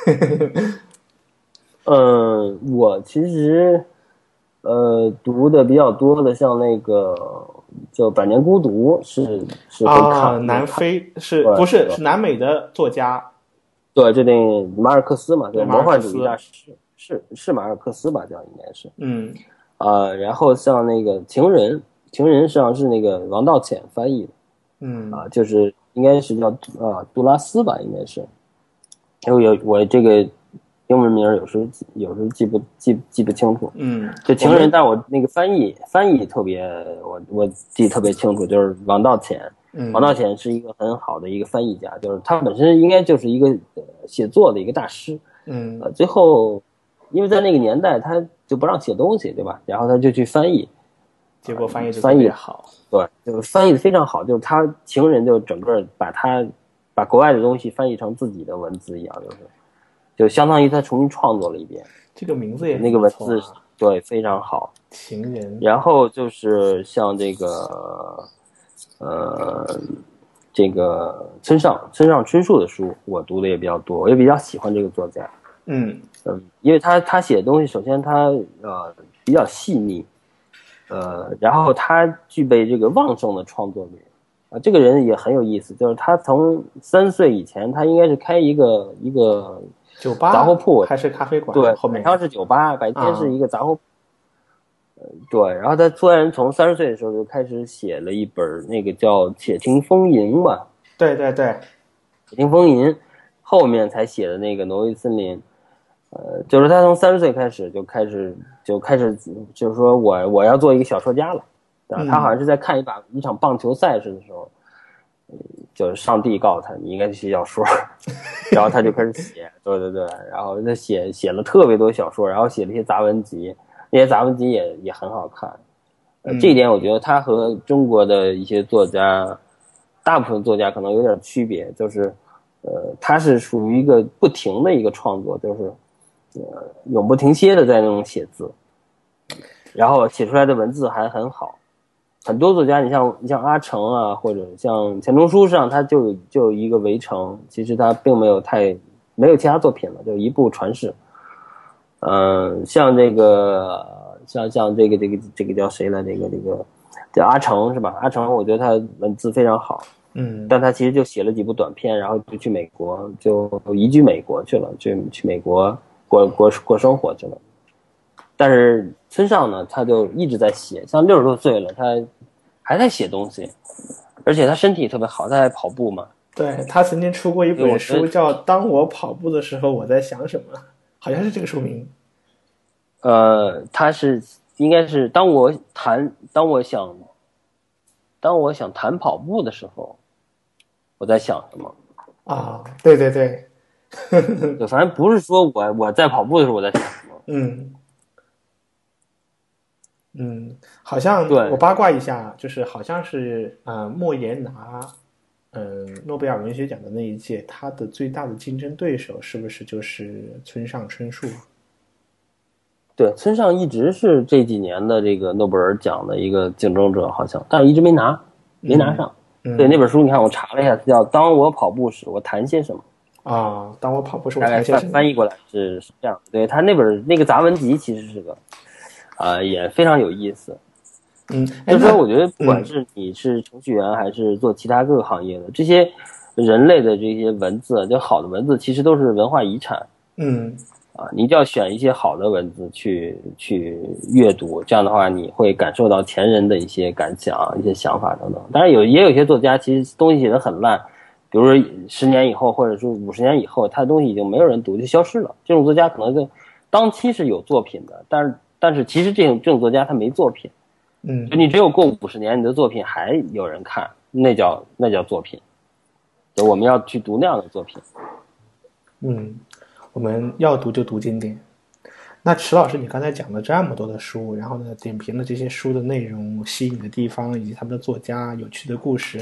嗯，我其实呃读的比较多的，像那个就《百年孤独》是是会看、 啊，南非是对不是是南美的作家？ 对，这那马尔克斯嘛，对， 对马尔克斯魔幻主义大师是是马尔克斯吧，叫应该是。 嗯啊、然后像那个情人，情人实际上是那个王道潜翻译的嗯啊、就是应该是叫啊杜拉斯吧，应该是。因为有我这个英文名有时候有时候记不记记不清楚。 嗯， 就情人，但我那个翻译翻译特别，我我记得特别清楚，就是王道潜。 嗯王道潜是一个很好的一个翻译家，就是他本身应该就是一个呃写作的一个大师。 嗯呃，最后因为在那个年代他就不让写东西，对吧？然后他就去翻译， 结果翻译的翻译好， 对，就是翻译的非常好，就是他情人就整个把他把国外的东西翻译成自己的文字一样，就是就相当于他重新创作了一遍。 这个名字也那个文字不错啊， 对非常好。 情人， 然后就是像这个呃这个村上村上春树的书，我读的也比较多，我也比较喜欢这个作家。 嗯嗯，因为他他写的东西，首先他呃比较细腻，呃，然后他具备这个旺盛的创作力啊、这个人也很有意思，就是他从三岁以前，他应该是开一个一个酒吧杂货铺还是咖啡馆？ 对， 后面晚上是酒吧，白天是一个杂货铺。呃，对，然后他突然从三十岁的时候就开始写了一本那个叫《且听风吟》吧， 对对对， 《且听风吟》，后面才写的那个《挪威森林》。呃，就是他从三十岁开始就开始就开始就是说我我要做一个小说家了，啊，他好像是在看一把一场棒球赛事的时候，就是上帝告诉他你应该去写小说，然后他就开始写，对对对，然后他写写了特别多小说，然后写了一些杂文集，那些杂文集也也很好看。呃，这一点我觉得他和中国的一些作家，大部分作家可能有点区别，就是呃，他是属于一个不停的一个创作，就是呃永不停歇的在那种写字，然后写出来的文字还很好。很多作家，你像你像阿城啊，或者像钱钟书上，他就就有一个围城，其实他并没有太没有其他作品了，就一部传世。嗯、呃，像这个像像这个这个这个叫谁来？这个这个叫阿城是吧？阿城，我觉得他文字非常好， 嗯， 但他其实就写了几部短片，然后就去美国，就移居美国去了，去去美国过过过生活去了。但是村上呢，他就一直在写，像六十多岁了，他还在写东西，而且他身体特别好，他还跑步嘛。 对，他曾经出过一本书叫《当我跑步的时候我在想什么》，好像是这个书名。 呃，他是应该是当我谈，当我想，当我想谈跑步的时候，我在想什么啊？对对对， 对，反正不是说我我在跑步的时候我在想什么。 嗯嗯，好像对我八卦一下，就是好像是呃莫言拿嗯、呃、诺贝尔文学奖的那一届，他的最大的竞争对手是不是就是村上春树？ 对，村上一直是这几年的这个诺贝尔奖的一个竞争者，好像，但是一直没拿，没拿上。 嗯、 对，那本书你看我查了一下，叫《当我跑步时我谈些什么》 啊。当我跑步时我大概谈些什么？ 翻翻译过来是是这样。对，他那本那个杂文集其实是个，啊、呃，也非常有意思。 嗯， 就是说，我觉得不管是你是程序员还是做其他各个行业的，嗯、这些人类的这些文字，就好的文字，其实都是文化遗产。 嗯。 啊，你就要选一些好的文字去去阅读，这样的话你会感受到前人的一些感想、一些想法等等。当然有也有些作家其实东西写得很烂，比如说十年以后或者说五十年以后，他的东西已经没有人读，就消失了。这种作家可能就当期是有作品的，但是但是其实这种这种作家他没作品， 嗯， 就你只有过五十年，你的作品还有人看，那叫那叫作品。就我们要去读那样的作品。 嗯。我们要读就读经典。那池老师，你刚才讲了这么多的书，然后呢，点评了这些书的内容、吸引的地方以及他们的作家、有趣的故事。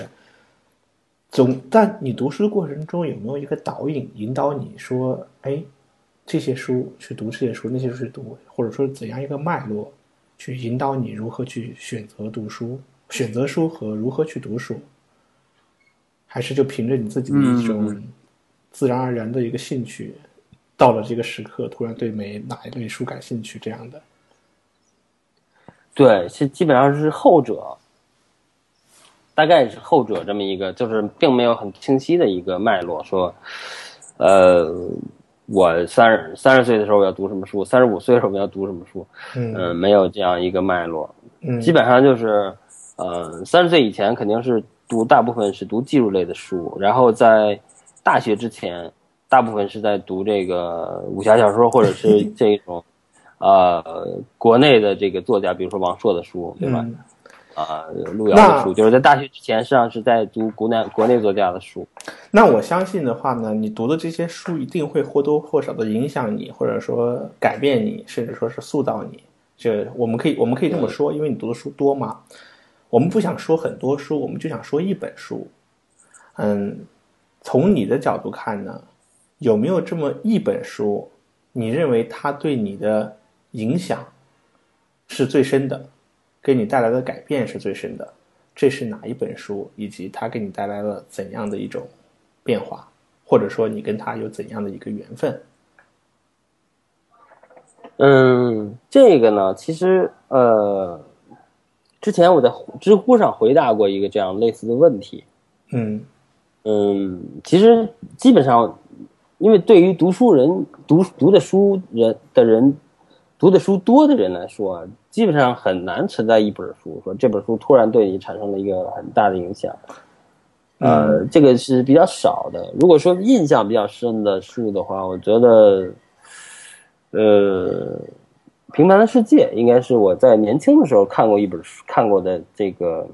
总，但你读书的过程中有没有一个导引引导你说，哎， 这些书去读这些书，那些书去读，或者说怎样一个脉络去引导你如何去选择读书、选择书和如何去读书，还是就凭着你自己的一种自然而然的一个兴趣，嗯、到了这个时刻突然对每哪一类书感兴趣这样的？ 对，是基本上是后者，大概是后者这么一个，就是并没有很清晰的一个脉络，说，呃，我三十三十岁的时候我要读什么书，三十五岁的时候我要读什么书，嗯、呃，没有这样一个脉络， 嗯， 基本上就是，呃，三十岁以前肯定是读大部分是读技术类的书，然后在大学之前，大部分是在读这个武侠小说或者是这种。呃，国内的这个作家，比如说王朔的书，对吧？ 嗯、 啊、呃，路遥的书，就是在大学之前，实际上是在读国内国内作家的书。 那我相信的话呢，你读的这些书一定会或多或少的影响你，或者说改变你，甚至说是塑造你。这我们可以我们可以这么说，因为你读的书多嘛。我们不想说很多书，我们就想说一本书。嗯，从你的角度看呢，有没有这么一本书，你认为它对你的影响是最深的，给你带来的改变是最深的？这是哪一本书，以及它给你带来了怎样的一种变化，或者说你跟它有怎样的一个缘分？ 嗯，这个呢，其实呃，之前我在知乎上回答过一个这样类似的问题。 嗯嗯，其实基本上，因为对于读书人读读的书人的人。读的书多的人来说，基本上很难存在一本书说这本书突然对你产生了一个很大的影响，呃，这个是比较少的。如果说印象比较深的书的话，我觉得，呃，《平凡的世界》应该是我在年轻的时候看过一本书，看过的这个。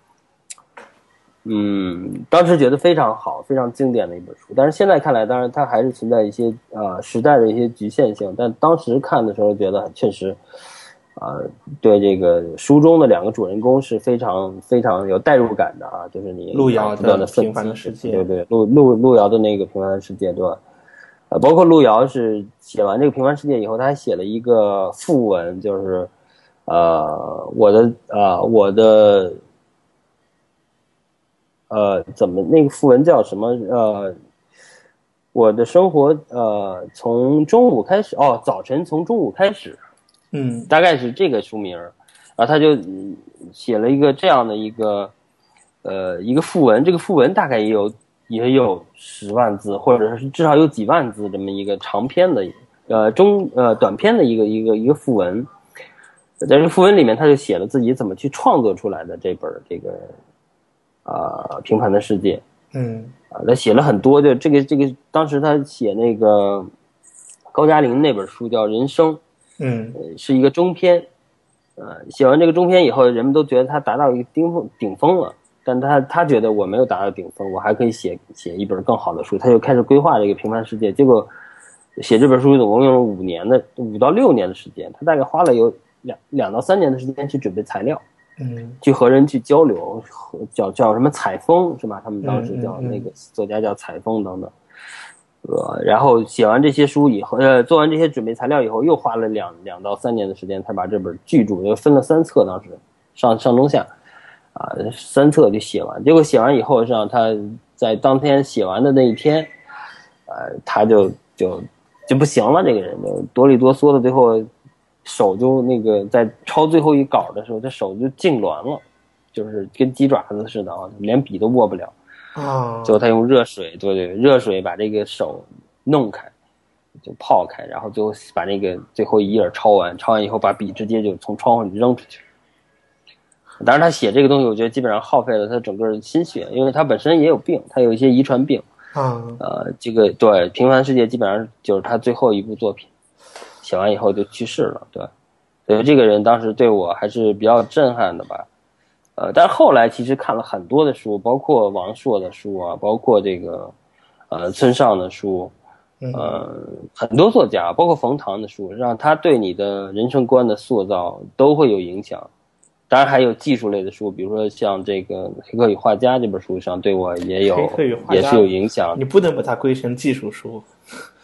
嗯，当时觉得非常好，非常经典的一本书。但是现在看来，当然它还是存在一些呃时代的一些局限性。但当时看的时候，觉得确实，啊、呃，对这个书中的两个主人公是非常非常有代入感的啊，就是你路遥的 《平凡的世界》， 对对，路路路遥的那个《平凡的世界》，对吧？呃，包括路遥是写完这个《平凡世界》以后，他还写了一个副文，就是呃，我的啊、呃，我的。呃，怎么那个副文叫什么？呃，我的生活呃，从中午开始哦，早晨从中午开始， 嗯， 大概是这个书名，然后他就写了一个这样的一个呃一个副文，这个副文大概也有也有十万字，或者是至少有几万字这么一个长篇的呃中呃短篇的一个一个一个副文，在这个副文里面，他就写了自己怎么去创作出来的这本这个。啊、呃，平凡的世界， 嗯， 啊，他写了很多，就这个这个，当时他写那个高加林那本书叫《人生》， 嗯， 呃，是一个中篇，呃，写完这个中篇以后，人们都觉得他达到一个顶峰顶峰了，但他他觉得我没有达到顶峰，我还可以写写一本更好的书，他就开始规划这个平凡世界，结果写这本书总共用了五年的五到六年的时间，他大概花了有两两到三年的时间去准备材料。 嗯， 去和人去交流，叫叫什么采风是吧？他们当时叫那个作家叫采风等等，呃，然后写完这些书以后，呃，做完这些准备材料以后，又花了两两到三年的时间，才把这本巨著又分了三册，当时上上中下，啊、呃，三册就写完。结果写完以后，让他在当天写完的那一天，呃，他就就就不行了，这个人就哆里哆嗦的，最后。手就那个在抄最后一稿的时候，他手就痉挛了，就是跟鸡爪子似的啊，连笔都握不了啊。 最后他用热水，对对，热水把这个手弄开，就泡开，然后最后把那个最后一页抄完，抄完以后把笔直接就从窗户里扔出去。当然，他写这个东西，我觉得基本上耗费了他整个心血，因为他本身也有病，他有一些遗传病啊。 呃，这个对《平凡世界》基本上就是他最后一部作品。写完以后就去世了，对，所以这个人当时对我还是比较震撼的吧，呃，但是后来其实看了很多的书，包括王朔的书啊，包括这个呃村上的书，呃，很多作家，包括冯唐的书，让他对你的人生观的塑造都会有影响。当然还有技术类的书，比如说像这个《黑客与画家》这本书上对我也有也是有影响。 你不能把它归成技术书。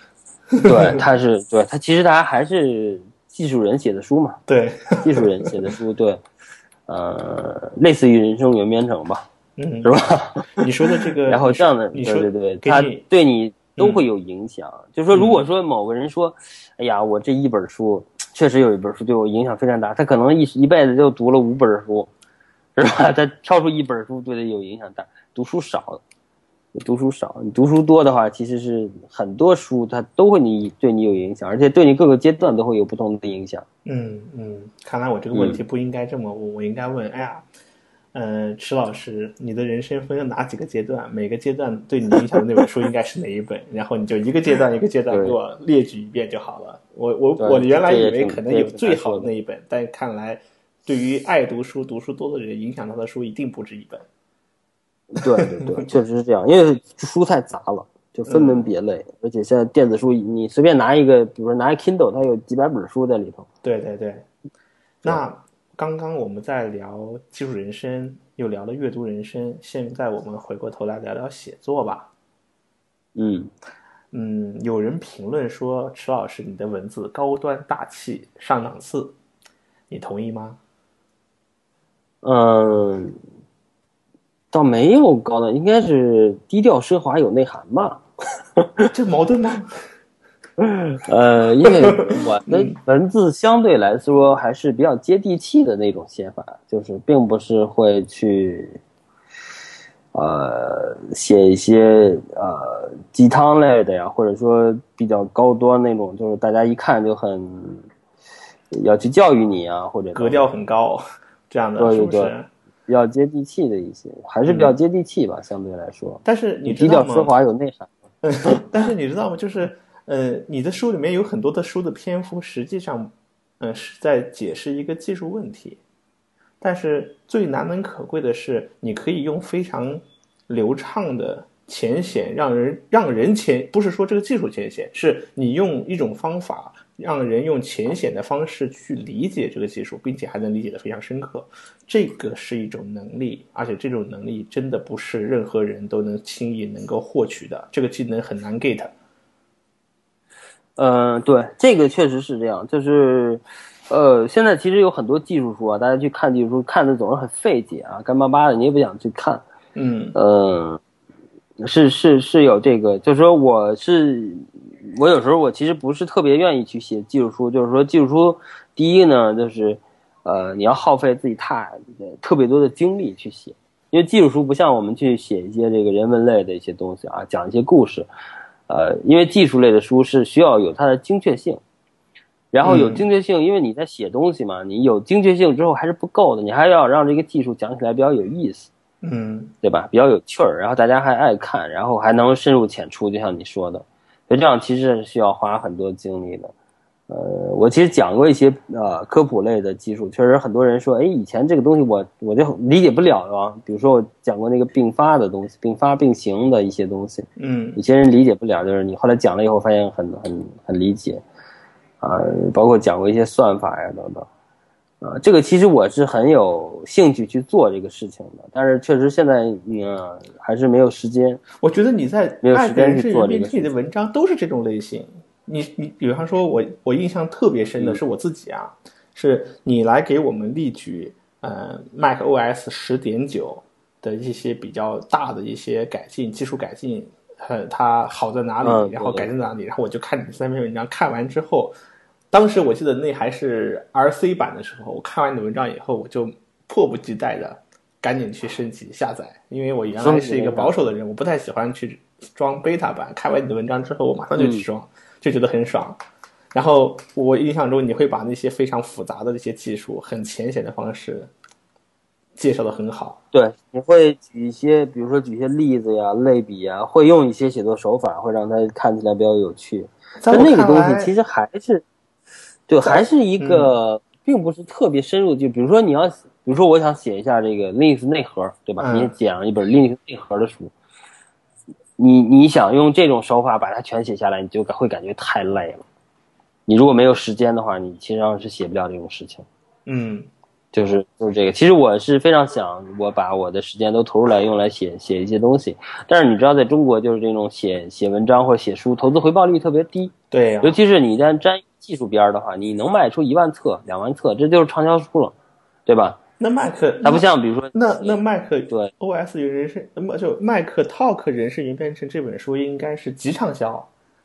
对，他是对他其实他还是技术人写的书嘛， 对， 技术人写的书，对，呃，类似于人生原编程吧， 嗯， 是吧？ 你说的这个， 然后这样的， 你说对对对，他给你对你都会有影响。 嗯、 就是说，如果说某个人说，哎呀，我这一本书确实有一本书对我影响非常大，他可能一一辈子就读了五本书，是吧？他挑出一本书对他有影响大，读书少。你读书少，你读书多的话，其实是很多书它都会你对你有影响，而且对你各个阶段都会有不同的影响。 嗯嗯，看来我这个问题不应该这么问，嗯、我应该问，哎呀，嗯、呃，池老师，你的人生分了哪几个阶段？每个阶段对你影响的那本书应该是哪一本？然后你就一个阶段一个阶段给我列举一遍就好了。我我我原来以为可能有最好的那一本，但看来对于爱读书、读书多的人，影响到的书一定不止一本。 对对对，确实是这样，因为书太杂了，就分门别类，嗯、而且现在电子书，你随便拿一个，比如说拿一 Kindle， 它有几百本书在里头。 对对对。那刚刚我们在聊技术人生，又聊了阅读人生，现在我们回过头来聊聊写作吧。 嗯嗯，有人评论说，池老师你的文字高端大气上档次，你同意吗？ 嗯。倒没有高的，应该是低调奢华有内涵吧。 这矛盾吗？ 呃，因为我的文字相对来说还是比较接地气的那种写法，就是并不是会去呃写一些呃鸡汤类的呀，或者说比较高端那种，就是大家一看就很要去教育你啊，或者格调很高这样的， 对对对， 是不是？ 比较接地气的一些，还是比较接地气吧，嗯、相对来说。 但是你知道吗？ 低调奢华有内涵。 嗯，但是你知道吗？就是呃，你的书里面有很多的书的篇幅，实际上，嗯、呃，是在解释一个技术问题。但是最难能可贵的是，你可以用非常流畅的浅显，让人让人浅，不是说这个技术浅显，是你用一种方法。让人用浅显的方式去理解这个技术，并且还能理解得非常深刻，这个是一种能力，而且这种能力真的不是任何人都能轻易能够获取的，这个技能很难 get。 嗯、呃，对，这个确实是这样，就是，呃，现在其实有很多技术书啊，大家去看技术书，看的总是很费解啊，干巴巴的，你也不想去看。 嗯， 呃，是是是有这个，就是说我是。我有时候我其实不是特别愿意去写技术书，就是说技术书，第一呢，就是呃你要耗费自己太特别多的精力去写，因为技术书不像我们去写一些这个人文类的一些东西啊，讲一些故事，呃，因为技术类的书是需要有它的精确性，然后有精确性，因为你在写东西嘛，你有精确性之后还是不够的，你还要让这个技术讲起来比较有意思， 嗯， 对吧？比较有趣儿，然后大家还爱看，然后还能深入浅出，就像你说的。所以这样其实是需要花很多精力的，呃，我其实讲过一些呃科普类的技术，确实很多人说，哎，以前这个东西我我就理解不了啊。比如说我讲过那个并发的东西，并发并行的一些东西， 嗯， 有些人理解不了，就是你后来讲了以后发现很很很理解，啊、呃，包括讲过一些算法呀等等。啊、呃，这个其实我是很有兴趣去做这个事情的，但是确实现在嗯、呃、还是没有时间。 我觉得你在没有时间去做这个事情的文章都是这种类型。你你比方说我我印象特别深的是我自己啊，嗯、是你来给我们例举呃 macOS 十点九的一些比较大的一些改进技术改进，呃它好在哪里， 嗯、 然后改在哪里，然后我就看你三篇文章，看完之后。当时我记得那还是 R C 版的时候，我看完你的文章以后，我就迫不及待的赶紧去升级下载，因为我原来是一个保守的人，我不太喜欢去装 beta 版。看完你的文章之后，我马上就去装，嗯、就觉得很爽。然后我印象中你会把那些非常复杂的这些技术，很浅显的方式介绍的很好。 对，你会举一些，比如说举一些例子呀、类比呀，会用一些写作手法，会让它看起来比较有趣。但那个东西其实还是。对，还是一个、嗯、并不是特别深入，就比如说你要，比如说我想写一下这个 Linux 内核，对吧？嗯、你讲一本 Linux 内核的书，你你想用这种手法把它全写下来，你就会感觉太累了。你如果没有时间的话，你其实上是写不了这种事情。 嗯， 就是就是这个。其实我是非常想我把我的时间都投入来用来写写一些东西，但是你知道在中国就是这种写写文章或者写书投资回报率特别低。 对、啊， 尤其是你一旦沾技术边的话，你能卖出一万册两万册，这就是畅销书了，对吧？ 那麦克它不像比如说那那麦克对 O S 与人生，那么就麦克 Talk 人生云编程这本书应该是极畅销。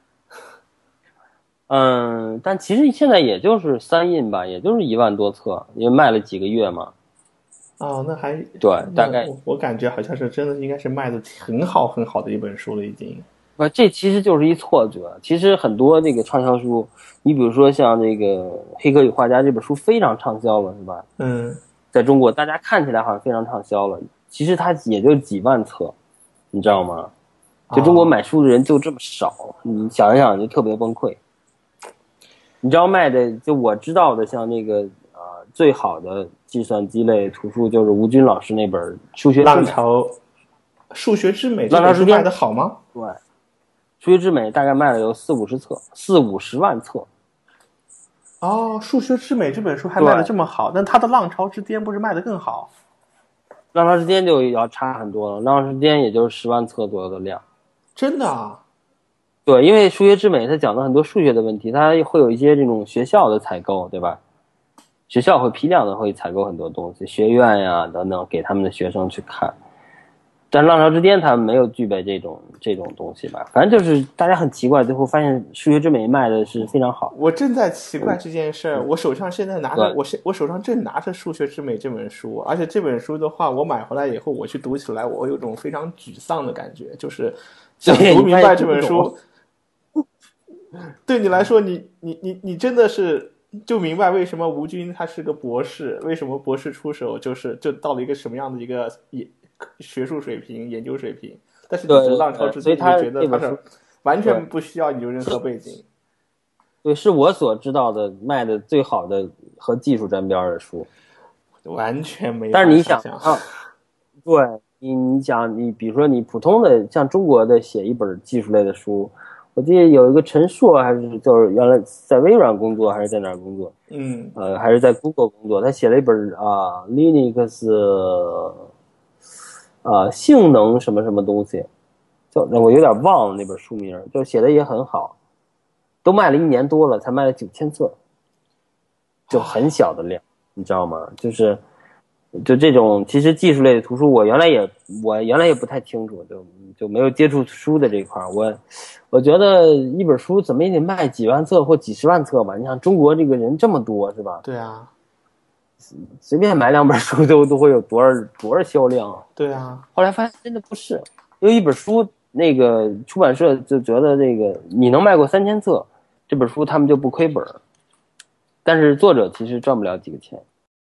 嗯，但其实现在也就是三印吧，也就是一万多册，因为卖了几个月嘛。 哦，那还对，大概我, 我感觉好像是真的应该是卖的很好很好的一本书了，已经。 不，这其实就是一错觉。其实很多这个畅销书，你比如说像这个《黑客与画家》这本书非常畅销了，是吧？ 嗯， 在中国大家看起来好像非常畅销了，其实它也就几万册，你知道吗？就中国买书的人就这么少，哦、你想一想就特别崩溃。你知道卖的，就我知道的，像那个呃最好的计算机类图书就是吴军老师那本《数学之美》。 浪潮数学之美这本书卖的好吗？ 对，数学之美大概卖了有四五十册，四五十万册。 哦，数学之美这本书还卖的这么好，但它的浪潮之巅不是卖的更好？ 浪潮之巅就要差很多了，浪潮之巅也就是十万册左右的量。 真的啊？ 对，因为数学之美它讲了很多数学的问题，它会有一些这种学校的采购，对吧？学校会批量的会采购很多东西，学院呀等等，给他们的学生去看。但浪潮之巅他们没有具备这种这种东西吧，反正就是大家很奇怪，最后发现数学之美卖的是非常好。 我正在奇怪这件事儿，我手上现在拿着，我我手上正拿着数学之美这本书，而且这本书的话，我买回来以后我去读起来，我有种非常沮丧的感觉，就是想读明白这本书。对你来说，你你你你真的是就明白为什么吴军他是个博士，为什么博士出手就是就到了一个什么样的一个学术水平、研究水平。但是你读浪潮之巅，你就觉得他是完全不需要你有任何背景。 对，是我所知道的卖的最好的和技术沾边的书， 完全没法想象。 但是你想啊，对你你想你比如说你普通的像中国的写一本技术类的书。我记得有一个陈硕，还是就是原来在微软工作，还是在哪儿工作？ 嗯， 呃，还是在 Google 工作。他写了一本啊、呃、Linux 啊、呃、性能什么什么东西，就我有点忘了那本书名，就写的也很好，都卖了一年多了，才卖了九千册，就很小的量，你知道吗？就是。就这种其实技术类的图书，我原来也我原来也不太清楚，就就没有接触书的这一块。我我觉得一本书怎么也得卖几万册或几十万册吧？你想中国这个人这么多，是吧？ 对啊， 随便买两本书都都会有多少多少销量啊？ 对啊。 后来发现真的不是，因为一本书那个出版社就觉得这个你能卖过三千册，这本书他们就不亏本，但是作者其实赚不了几个钱。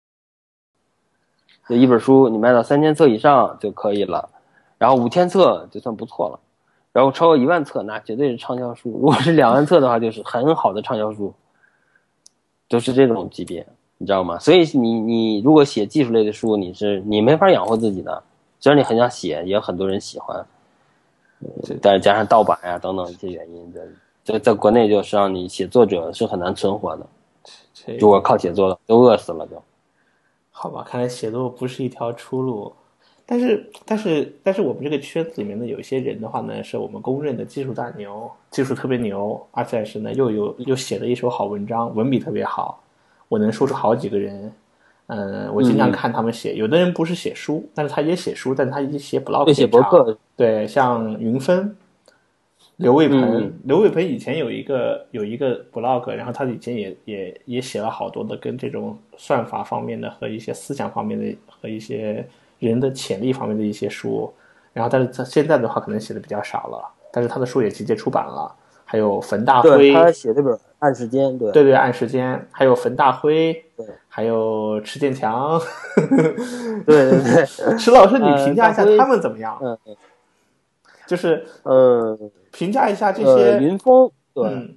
就一本书你卖到三千册以上就可以了，然后五千册就算不错了，然后超过一万册那绝对是畅销书，如果是两万册的话就是很好的畅销书，就是这种级别，你知道吗？所以你你如果写技术类的书，你是你没法养活自己的，虽然你很想写，也有很多人喜欢，但是加上盗版呀等等一些原因，在在国内就是让你写作者是很难存活的，如果靠写作的都饿死了就。 好吧，看来写作不是一条出路，但是但是但是我们这个圈子里面的有一些人的话呢，是我们公认的技术大牛，技术特别牛，而且是呢又有又写了一手好文章，文笔特别好，我能说出好几个人。嗯，我经常看他们写，嗯、有的人不是写书，但是他也写书，但是他也写 blog， 写博客， 对，像云峰。刘卫鹏， 嗯、 刘卫鹏以前有一个有一个 blog， 然后他以前也也也写了好多的跟这种算法方面的和一些思想方面的和一些人的潜力方面的一些书，然后但是他现在的话可能写的比较少了，但是他的书也集结出版了，还有冯大辉， 他写这本《按时间》，对对对，按时间，还有冯大辉， 对， 还有池建强， 对对对， 池老师，你评价一下他们怎么样？ 嗯， 就是呃。 评价一下这些、 呃、云峰，对， 嗯、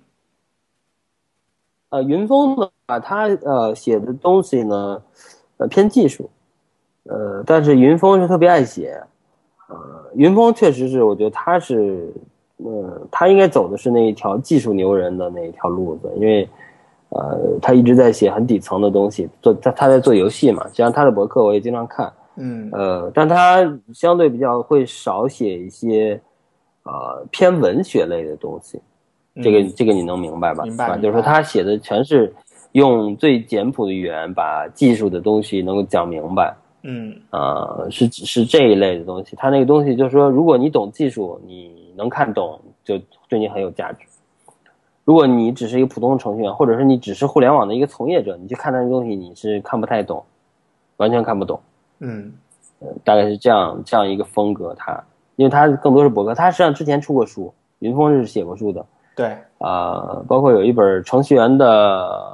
呃，云峰呢，他呃写的东西呢，呃偏技术，呃，但是云峰是特别爱写，呃，云峰确实是，我觉得他是，呃，他应该走的是那一条技术牛人的那一条路子，因为， 呃，他一直在写很底层的东西，做他他在做游戏嘛，实际上他的博客我也经常看， 嗯， 呃，但他相对比较会少写一些呃偏文学类的东西，这个、 嗯、 这个你能明白吧？ 明白， 就是说他写的全是用最简朴的语言把技术的东西能够讲明白， 嗯， 啊、呃，是是这一类的东西。他那个东西就是说，如果你懂技术，你能看懂，就对你很有价值。如果你只是一个普通的程序员，或者是你只是互联网的一个从业者，你去看那个东西，你是看不太懂，完全看不懂。 嗯， 呃、大概是这样这样一个风格。他，因为他更多是博客，他实际上之前出过书，云峰是写过书的。 对， 啊、呃，包括有一本程序员的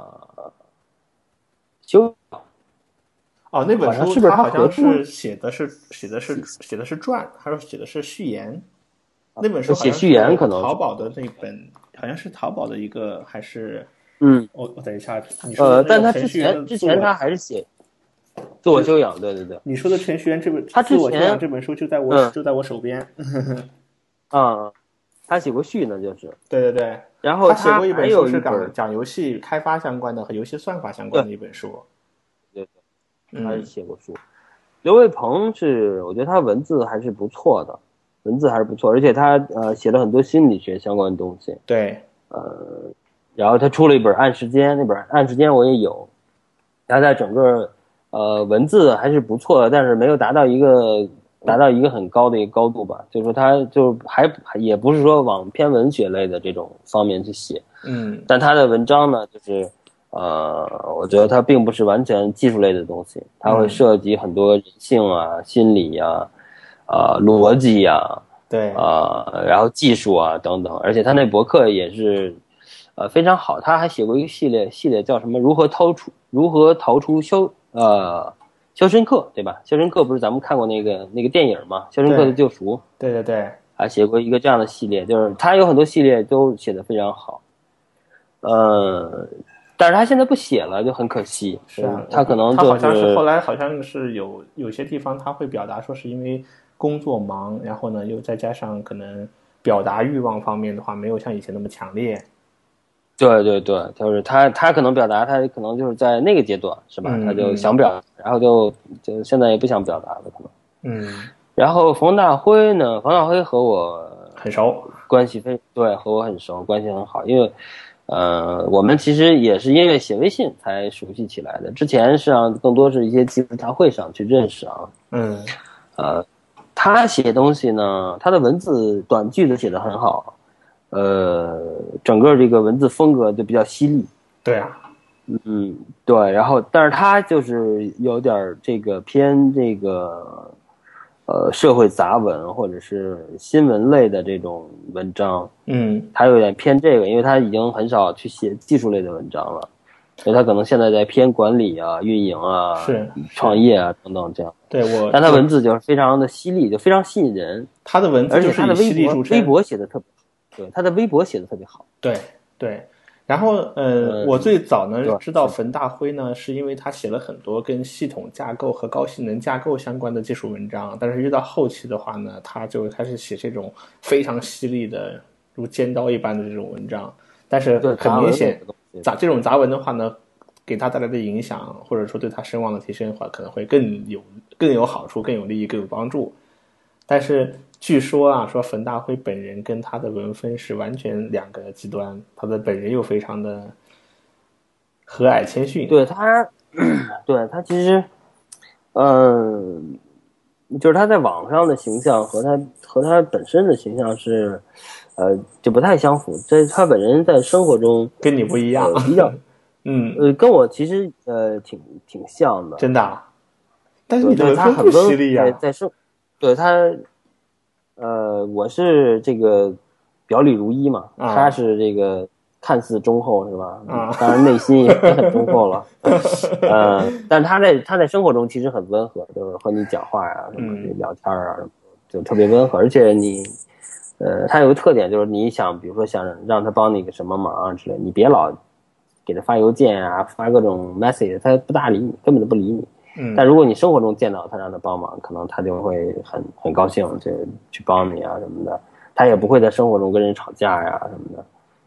修。 哦，那本书他好像是写的是写的是写的是传，还是写的是序言？那本书好像写序言可能淘宝的那本，好像是淘宝的一个，还是嗯， 我我等一下，你说呃，但他之前之前他还是写自我修养，对对对。 你说的程序员这本他之前自我修养这本书就在我、嗯、就在我手边。 啊、嗯，他写过序呢，就是对对对， 然后他写过一本书是讲讲讲游戏开发相关的和游戏算法相关的一本书。 对对，他写过书。嗯、刘卫鹏是，我觉得他文字还是不错的，文字还是不错，而且他呃写了很多心理学相关的东西。 对， 呃，然后他出了一本《暗时间》，那本《暗时间》我也有，他在整个呃文字还是不错的，但是没有达到一个达到一个很高的一个高度吧，就是说他就还也不是说往偏文学类的这种方面去写， 嗯， 但他的文章呢，就是呃，我觉得他并不是完全技术类的东西，他会涉及很多人性啊、嗯、心理呀、啊、呃、逻辑呀、啊， 对啊、呃，然后技术啊等等，而且他那博客也是呃非常好，他还写过一个系列，系列叫什么？如何逃出如何逃出肖呃肖申克，对吧？肖申克不是咱们看过那个那个电影吗？肖申克的救赎， 对对对， 还写过一个这样的系列，就是他有很多系列都写得非常好，呃。但是他现在不写了，就很可惜。 是啊， 他可能、就是、 他好像是后来好像是有有些地方他会表达说是因为工作忙，然后呢又再加上可能表达欲望方面的话没有像以前那么强烈。 对对对，就是他他可能表达他可能就是在那个阶段是吧？ 嗯、 他就想表达，然后就就现在也不想表达了可能。 嗯。 然后冯大辉呢？冯大辉和我很熟， 关系非对，和我很熟，关系很好，因为。呃，我们其实也是因为写微信才熟悉起来的。之前实际上更多是一些技术大会上去认识啊。 嗯， 呃，他写东西呢，他的文字短句子写得很好，呃，整个这个文字风格就比较犀利。 对啊， 嗯，对。然后，但是他就是有点这个偏这个。呃，社会杂文或者是新闻类的这种文章， 嗯， 他有点偏这个，因为他已经很少去写技术类的文章了，所以他可能现在在偏管理啊、运营啊、 是创业啊等等这样。 对我， 但他文字就是非常的犀利，就非常吸引人。 他的文字就是以犀利著称， 微博写的特别，对，他的微博写的特别好。 对对。然后，呃， 嗯、 我最早呢知道冯大辉呢，是因为他写了很多跟系统架构和高性能架构相关的技术文章。但是越到后期的话呢，他就开始写这种非常犀利的，如尖刀一般的这种文章。但是很明显，杂这种杂文的话呢，给他带来的影响，或者说对他声望的提升的话，可能会更有更有好处、更有利益、更有帮助。但是据说啊，说冯大辉本人跟他的文风是完全两个极端，他的本人又非常的和蔼谦逊。 对他，对他其实，嗯、呃，就是他在网上的形象和他和他本身的形象是，呃，就不太相符。这他本人在生活中跟你不一样， 呃、比较， 嗯， 呃，跟我其实呃挺挺像的， 真的、啊。但是你的文风不犀利呀， 在生，对他。呃，我是这个表里如一嘛， 啊、 他是这个看似忠厚是吧？ 啊， 当然内心也很忠厚了。呃，但是他在他在生活中其实很温和，就是和你讲话呀、啊、什么聊天啊什么，就特别温和。而且你，呃，他有个特点就是你想，比如说想让他帮你个什么忙啊之类，你别老给他发邮件啊，发各种 message， 他不大理你，根本就不理你。 嗯， 但如果你生活中见到他让他帮忙，可能他就会很很高兴，就去帮你啊什么的。他也不会在生活中跟人吵架呀什么的，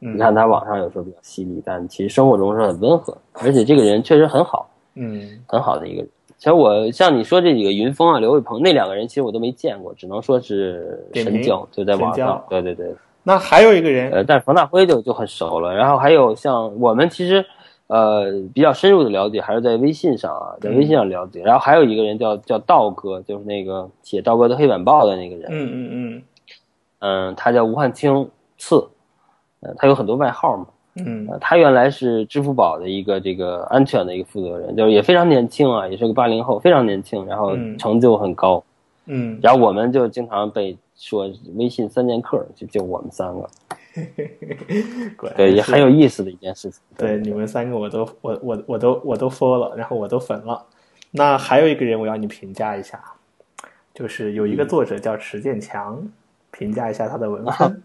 你看他网上有时候比较犀利，但其实生活中是很温和，而且这个人确实很好， 嗯， 很好的一个人。其实我像你说这几个云峰啊、刘伟鹏那两个人，其实我都没见过，只能说是神交，就在网上。对对对。 那还有一个人， 呃，但是冯大辉就就很熟了。然后还有像我们其实呃比较深入的了解还是在微信上啊，在微信上了解。嗯、然后还有一个人叫叫道哥，就是那个写道哥的黑板报的那个人。 嗯嗯嗯。 嗯，他叫吴汉清次，呃，他有很多外号嘛。 嗯， 呃，他原来是支付宝的一个这个安全的一个负责人，就是也非常年轻啊，也是个八零后，非常年轻，然后成就很高。 嗯， 然后我们就经常被说微信三剑客，就就我们三个。对，也很有意思的一件事情。 对，对你们三个我都我我我都我都 follow 了，然后我都粉了。那还有一个人我要你评价一下，就是有一个作者叫池建强，嗯、评价一下他的文风。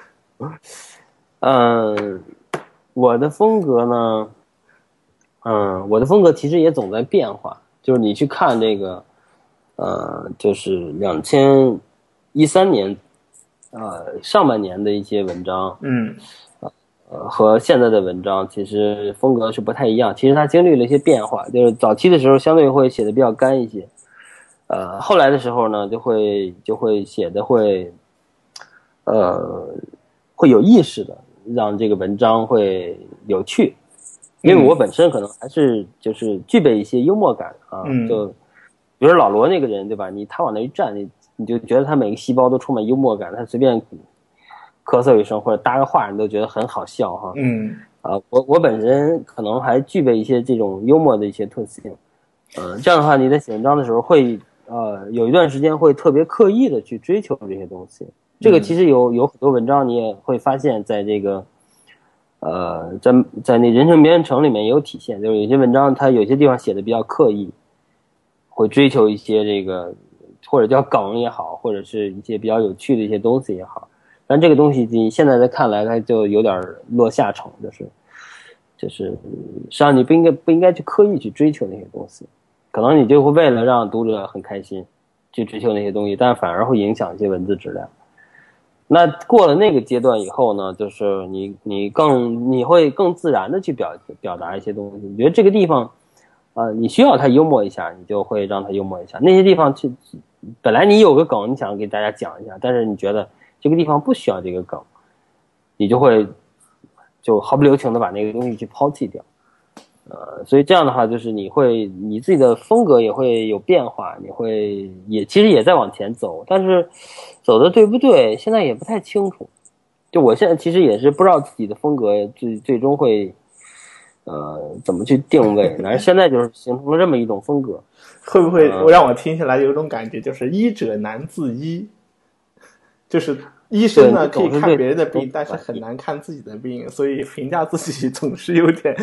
嗯，我的风格呢，嗯，我的风格其实也总在变化。就是你去看这个，呃，就是两千一三年，呃，上半年的一些文章， 嗯， 呃，和现在的文章其实风格是不太一样。其实它经历了一些变化，就是早期的时候相对会写的比较干一些，呃，后来的时候呢，就会就会写的会，呃，会有意识的让这个文章会有趣。因为我本身可能还是就是具备一些幽默感啊， 嗯、 就比如说老罗那个人，对吧？你他往那一站，你你就觉得他每个细胞都充满幽默感，他随便咳嗽一声或者搭个话，你都觉得很好笑哈。 嗯， 啊，我我本人可能还具备一些这种幽默的一些特性，嗯、呃，这样的话你在写文章的时候会呃有一段时间会特别刻意的去追求这些东西。这个其实有有很多文章你也会发现，在这个。呃，在在那人生别人城里面也有体现，就是有些文章它有些地方写的比较刻意，会追求一些这个或者叫梗也好，或者是一些比较有趣的一些东西也好，但这个东西你现在在看来它就有点落下乘，就是就是实际上你不应该不应该去刻意去追求那些东西，可能你就会为了让读者很开心去追求那些东西，但反而会影响一些文字质量。那过了那个阶段以后呢，就是你你更你会更自然的去表表达一些东西。你觉得这个地方，呃，你需要它幽默一下，你就会让它幽默一下。那些地方去，本来你有个梗，你想给大家讲一下，但是你觉得这个地方不需要这个梗，你就会就毫不留情的把那个东西去抛弃掉。呃，所以这样的话，就是你会你自己的风格也会有变化，你会也其实也在往前走，但是走的对不对，现在也不太清楚。就我现在其实也是不知道自己的风格最最终会呃怎么去定位，但是现在就是形成了这么一种风格。 会不会让我听起来有一种感觉，就是医者难自医，就是医生呢可以看别人的病，但是很难看自己的病，所以评价自己总是有点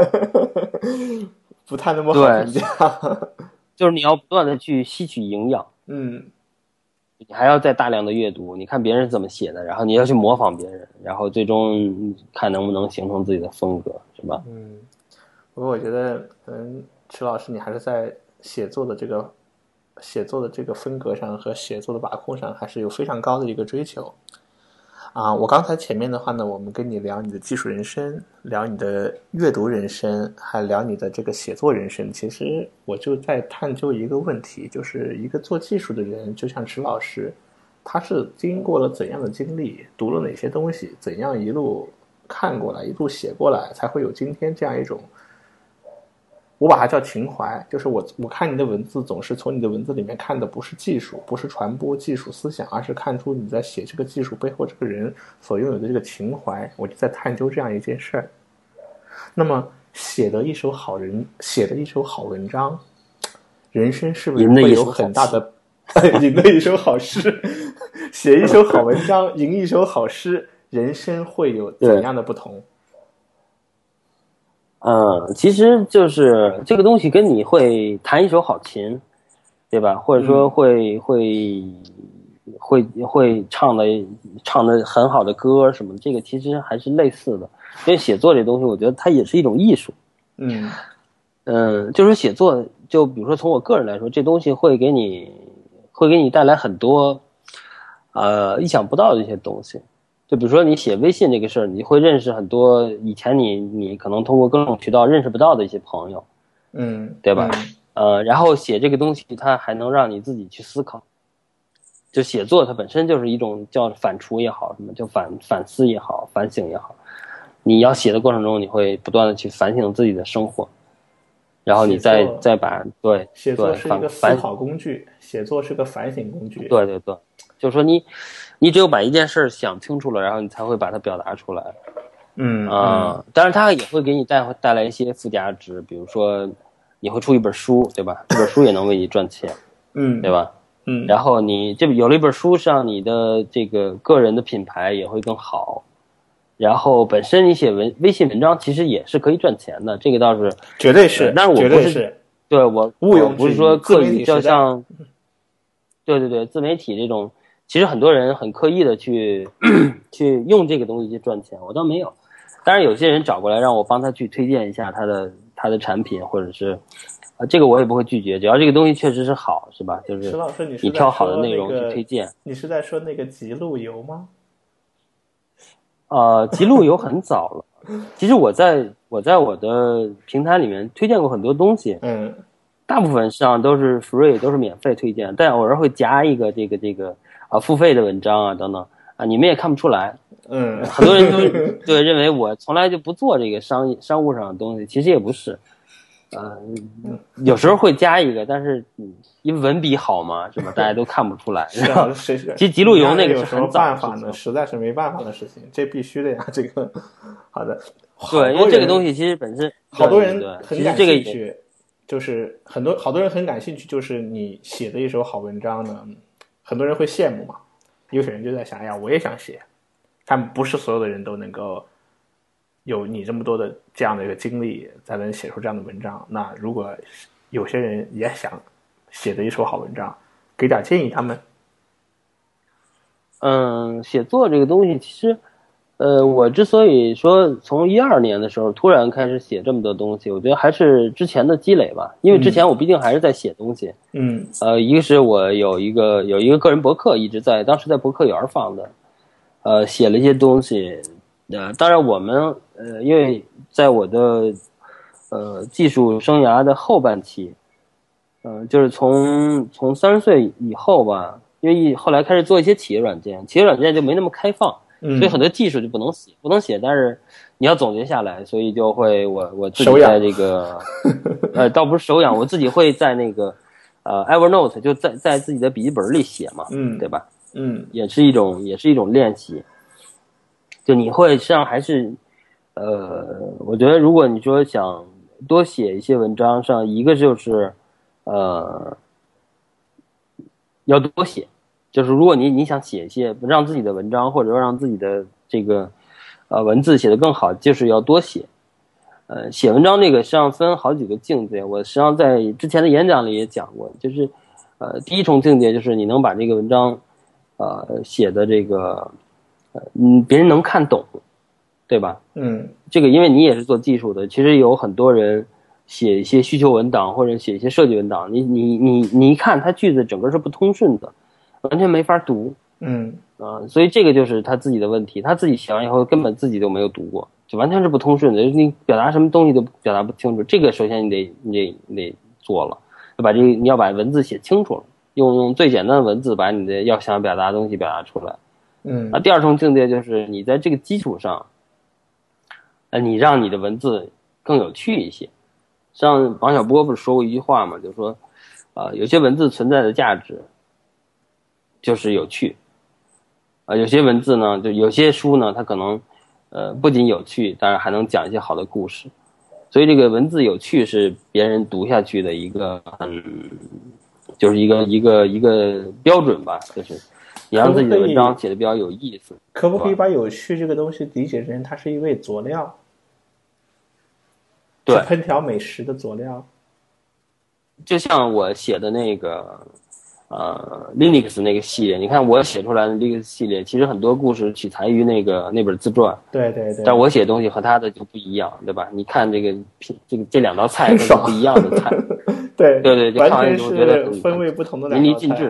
不太那么好评价。 就是你要不断的去吸取营养， 嗯， 你还要再大量的阅读，你看别人怎么写的，然后你要去模仿别人，然后最终看能不能形成自己的风格，是吧？ 嗯，不过我觉得，嗯，池老师你还是在写作的这个写作的这个风格上和写作的把控上还是有非常高的一个追求啊。我刚才前面的话呢，我们跟你聊你的技术人生，聊你的阅读人生，还聊你的这个写作人生，其实我就在探究一个问题，就是一个做技术的人，就像池老师，他是经过了怎样的经历，读了哪些东西，怎样一路看过来，一路写过来，才会有今天这样一种，我把它叫情怀，就是我我看你的文字，总是从你的文字里面看的不是技术，不是传播技术思想，而是看出你在写这个技术背后这个人所拥有的这个情怀。我就在探究这样一件事儿。那么写的一手好人，写的一手好文章，人生是不是会有很大的吟的一首好诗？写一首好文章，吟一首好诗，人生会有怎样的不同？ 嗯，其实就是这个东西跟你会弹一手好琴，对吧？或者说会、嗯、会会会唱的唱的很好的歌什么的，这个其实还是类似的。因为写作这东西，我觉得它也是一种艺术。 嗯嗯，就是写作，就比如说从我个人来说，这东西会给你会给你带来很多呃意想不到的一些东西。 就比如说你写微信这个事儿，你会认识很多以前你你可能通过各种渠道认识不到的一些朋友， 嗯， 对吧？ 嗯呃，然后写这个东西，它还能让你自己去思考。就写作它本身就是一种叫反刍也好，什么叫反反思也好，反省也好。你要写的过程中，你会不断的去反省自己的生活，然后你再再把对写作是一个思考工具，写作是个反省工具。 对对对，就是说你你只有把一件事想清楚了，然后你才会把它表达出来。 嗯啊、呃，当然它也会给你带带来一些附加值，比如说你会出一本书，对吧？这本书也能为你赚钱， 嗯， 对吧？ 嗯， 然后你这有了一本书上，你的这个个人的品牌也会更好。然后本身你写文微信文章其实也是可以赚钱的，这个倒是绝对是， 呃、但是我不是， 是对我毋庸置疑， 不是说刻意就像，对对对，自媒体这种，其实很多人很刻意的去去用这个东西去赚钱，我倒没有。当然有些人找过来让我帮他去推荐一下他的他的产品，或者是。啊，这个我也不会拒绝，只要这个东西确实是好，是吧？就是石老师，你你挑好的内容去推荐。 你是在说那个极路由吗？ 呃，极路由很早了。其实我在我在我的平台里面推荐过很多东西， 嗯， 大部分上都是 free， 都是免费推荐，但偶尔会加一个这个这个啊付费的文章啊等等啊，你们也看不出来。 嗯， 很多人都对认为我从来就不做这个商业商务上的东西，其实也不是。呃，有时候会加一个，但是因为文笔好嘛，是吧？大家都看不出来。 是啊，是是。 其实极路由那个是很早办法呢，实在是没办法的事情，这必须的呀。这个好的， 对，因为这个东西其实本身好多人很感兴趣， 这个就是很多好多人很感兴趣，就是你写的一手好文章呢，很多人会羡慕嘛。有些人就在想，哎呀，我也想写，但不是所有的人都能够。有你这么多的这样的一个经历，才能写出这样的文章。那如果有些人也想写的一手好文章，给点建议他们。 嗯，写作这个东西，其实，呃，我之所以说从一二年的时候突然开始写这么多东西，我觉得还是之前的积累吧。因为之前我毕竟还是在写东西。 嗯。 呃，一个是我有一个有一个个人博客，一直在当时在博客园放的，呃，写了一些东西。呃，当然我们呃，因为在我的呃技术生涯的后半期，嗯、呃，就是从从三十岁以后吧，因为后来开始做一些企业软件，企业软件就没那么开放， 嗯、 所以很多技术就不能写，不能写，但是你要总结下来，所以就会我我自己在这个呃，倒不是手痒，我自己会在那个呃 Evernote 就在在自己的笔记本里写嘛， 嗯， 对吧？ 嗯， 也是一种也是一种练习。就你会实际上还是，呃，我觉得如果你说想多写一些文章上，一个就是，呃，要多写，就是如果你你想写一些让自己的文章或者说让自己的这个呃文字写得更好，就是要多写。呃，写文章这个实际上分好几个境界，我实际上在之前的演讲里也讲过，就是呃第一重境界就是你能把这个文章呃写的这个。嗯，别人能看懂，对吧？ 嗯， 这个因为你也是做技术的，其实有很多人写一些需求文档或者写一些设计文档，你你你你一看，它句子整个是不通顺的，完全没法读。 嗯啊、呃，所以这个就是他自己的问题，他自己写完以后根本自己都没有读过，就完全是不通顺的，你表达什么东西都表达不清楚。这个首先你得你得你得做了，就把这个你要把文字写清楚了，用用最简单的文字把你的要想表达的东西表达出来。 嗯， 那第二重境界就是你在这个基础上，呃，你让你的文字更有趣一些。像王小波不是说过一句话嘛，就是说，呃，有些文字存在的价值就是有趣，啊、呃，有些文字呢，就有些书呢，它可能，呃，不仅有趣，当然还能讲一些好的故事。所以这个文字有趣是别人读下去的一个，嗯，就是一个一个一个标准吧，就是。你让自己的文章写的比较有意思， 可不可以把有趣这个东西理解成它是一味佐料？ 对， 烹调美食的佐料。 就像我写的那个呃 Linux 那个系列，你看我写出来的 Linux 系列，其实很多故事取材于那个那本自传。 对对对。 但我写的东西和他的就不一样，对吧？你看这个这个这两道菜都是不一样的菜。 对对对，就看完就觉得分味不同的两淋漓尽致，是吧？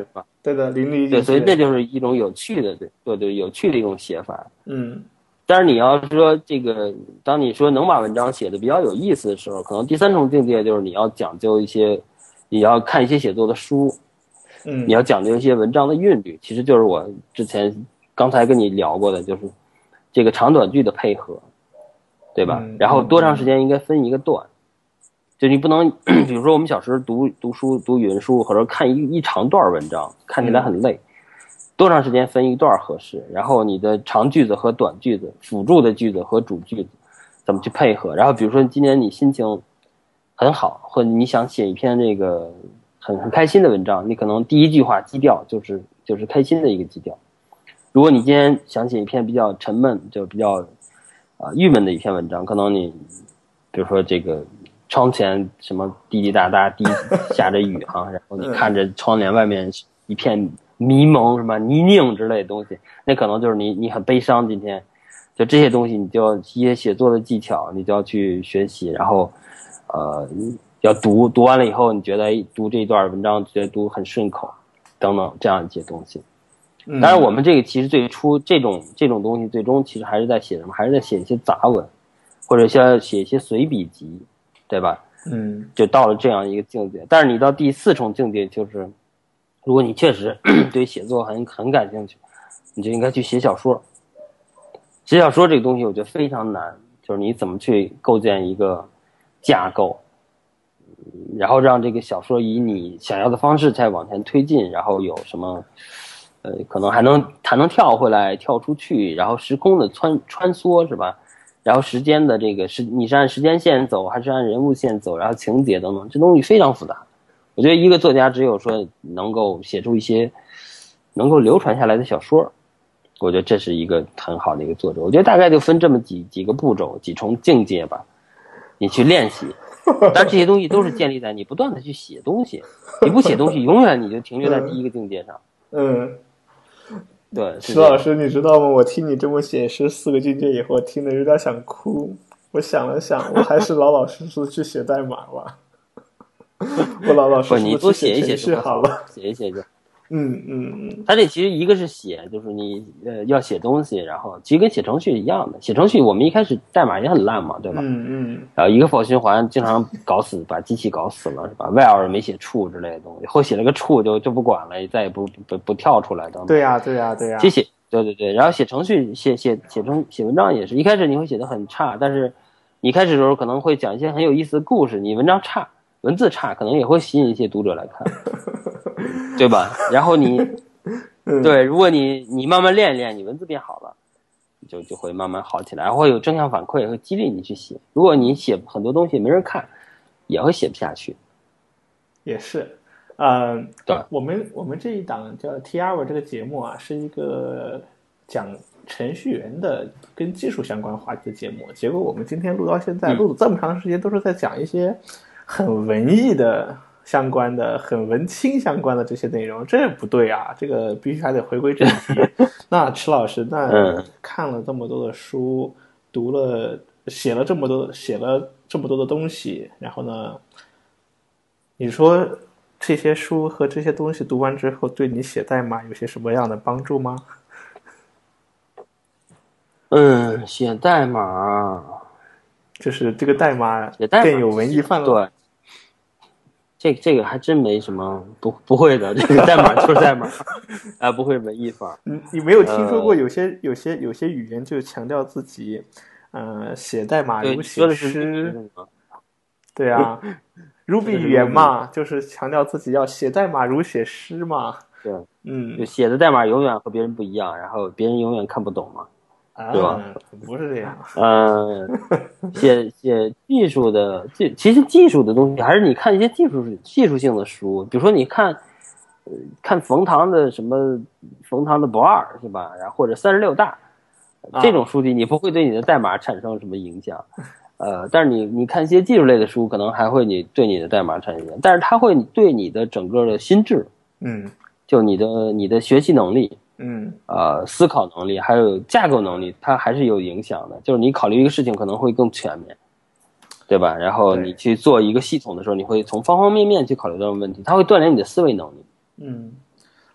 对的，淋漓尽致。 对，所以这就是一种有趣的，对对对，有趣的一种写法。 嗯， 但是你要说这个，当你说能把文章写的比较有意思的时候，可能第三重境界就是你要讲究一些，你要看一些写作的书， 嗯， 你要讲究一些文章的韵律，其实就是我之前刚才跟你聊过的，就是这个长短句的配合，对吧？ 嗯、 然后多长时间应该分一个段，就你不能，比如说我们小时候读读书、读语文书，或者看一一长段文章，看起来很累。嗯，多长时间分一段合适？然后你的长句子和短句子、辅助的句子和主句子怎么去配合？然后比如说今天你心情很好，或者你想写一篇这个很很开心的文章，你可能第一句话基调就是就是开心的一个基调。如果你今天想写一篇比较沉闷，就比较啊、呃、郁闷的一篇文章，可能你比如说这个窗前什么滴滴答答滴下着雨哈、啊，然后你看着窗帘外面一片迷蒙什么泥泞之类的东西，那可能就是你你很悲伤，今天就这些东西你就要一些写作的技巧你就要去学习，然后呃要读读完了以后你觉得读这一段文章觉得读很顺口等等这样一些东西。当然我们这个其实最初这种这种东西最终其实还是在写什么，还是在写一些杂文或者像写一些随笔集，对吧？ 嗯， 就到了这样一个境界。但是你到第四重境界，就是如果你确实对写作很很感兴趣，你就应该去写小说。写小说这个东西我觉得非常难，就是你怎么去构建一个架构，然后让这个小说以你想要的方式再往前推进，然后有什么呃，可能还能还能跳回来跳出去，然后时空的穿穿梭是吧？然后时间的这个是你是按时间线走还是按人物线走，然后情节等等，这东西非常复杂。我觉得一个作家只有说能够写出一些能够流传下来的小说，我觉得这是一个很好的一个作者。我觉得大概就分这么几几个步骤几重境界吧，你去练习。但这些东西都是建立在你不断的去写东西，你不写东西永远你就停留在第一个境界上。 嗯， 对， 石老师你知道吗？我听你这么解释四个境界以后，听得有点想哭。我想了想，我还是老老实实去写代码吧。我老老实实你多写写一写就好了， 写一写就。 嗯嗯嗯。 他这其实一个是写，就是你呃要写东西，然后其实跟写程序一样的。写程序我们一开始代码也很烂嘛，对吧？ 嗯嗯。 然后一个 for 循环经常搞死，把机器搞死了，是吧 ？while 没写处之类的东西，后写了个处就就不管了，再也不不不跳出来等等。 对呀、啊、对呀、啊、对呀、啊。 其实写对对对，然后写程序写写写成写文章也是一开始你会写得很差，但是你开始的时候可能会讲一些很有意思的故事，你文章差文字差，可能也会吸引一些读者来看，对吧？然后你对，如果你你慢慢练一练，你文字变好了，就就会慢慢好起来，然后会有正向反馈，会激励你去写。如果你写很多东西没人看，也会写不下去。 也是，嗯、呃， 对， 我们我们这一档叫 T Hour 这个节目啊，是一个讲程序员的跟技术相关话题的节目。结果我们今天录到现在，录了这么长时间，都是在讲一些很文艺的相关的、很文青相关的这些内容，这不对啊！这个必须还得回归正题。那池老师，那看了这么多的书，读了、写了这么多、写了这么多的东西，然后呢，你说这些书和这些东西读完之后，对你写代码有些什么样的帮助吗？ 嗯，写代码就是这个代码更有文艺范了。 对。这这个还真没什么不不会的，这个代码就是代码，啊，不会文艺范。 你你没有听说过有些、呃、有些有些语言就强调自己，呃，写代码如写诗。对啊，Ruby 语言嘛，就是强调自己要写代码如写诗嘛。 对， 嗯， 就写的代码永远和别人不一样，然后别人永远看不懂嘛。对吧？ 不是这样。 嗯、呃，写写技术的，技其实技术的东西还是你看一些技术技术性的书，比如说你看，呃，看冯唐的什么冯唐的不二是吧？然后或者三十六大这种书籍，你不会对你的代码产生什么影响。呃，但是你你看一些技术类的书，可能还会你对你的代码产生影响，但是它会对你的整个的心智， 嗯， 就你的你的学习能力。 嗯， 呃，思考能力还有架构能力，它还是有影响的。就是你考虑一个事情可能会更全面，对吧？然后你去做一个系统的时候，你会从方方面面去考虑这种问题，它会锻炼你的思维能力。 嗯，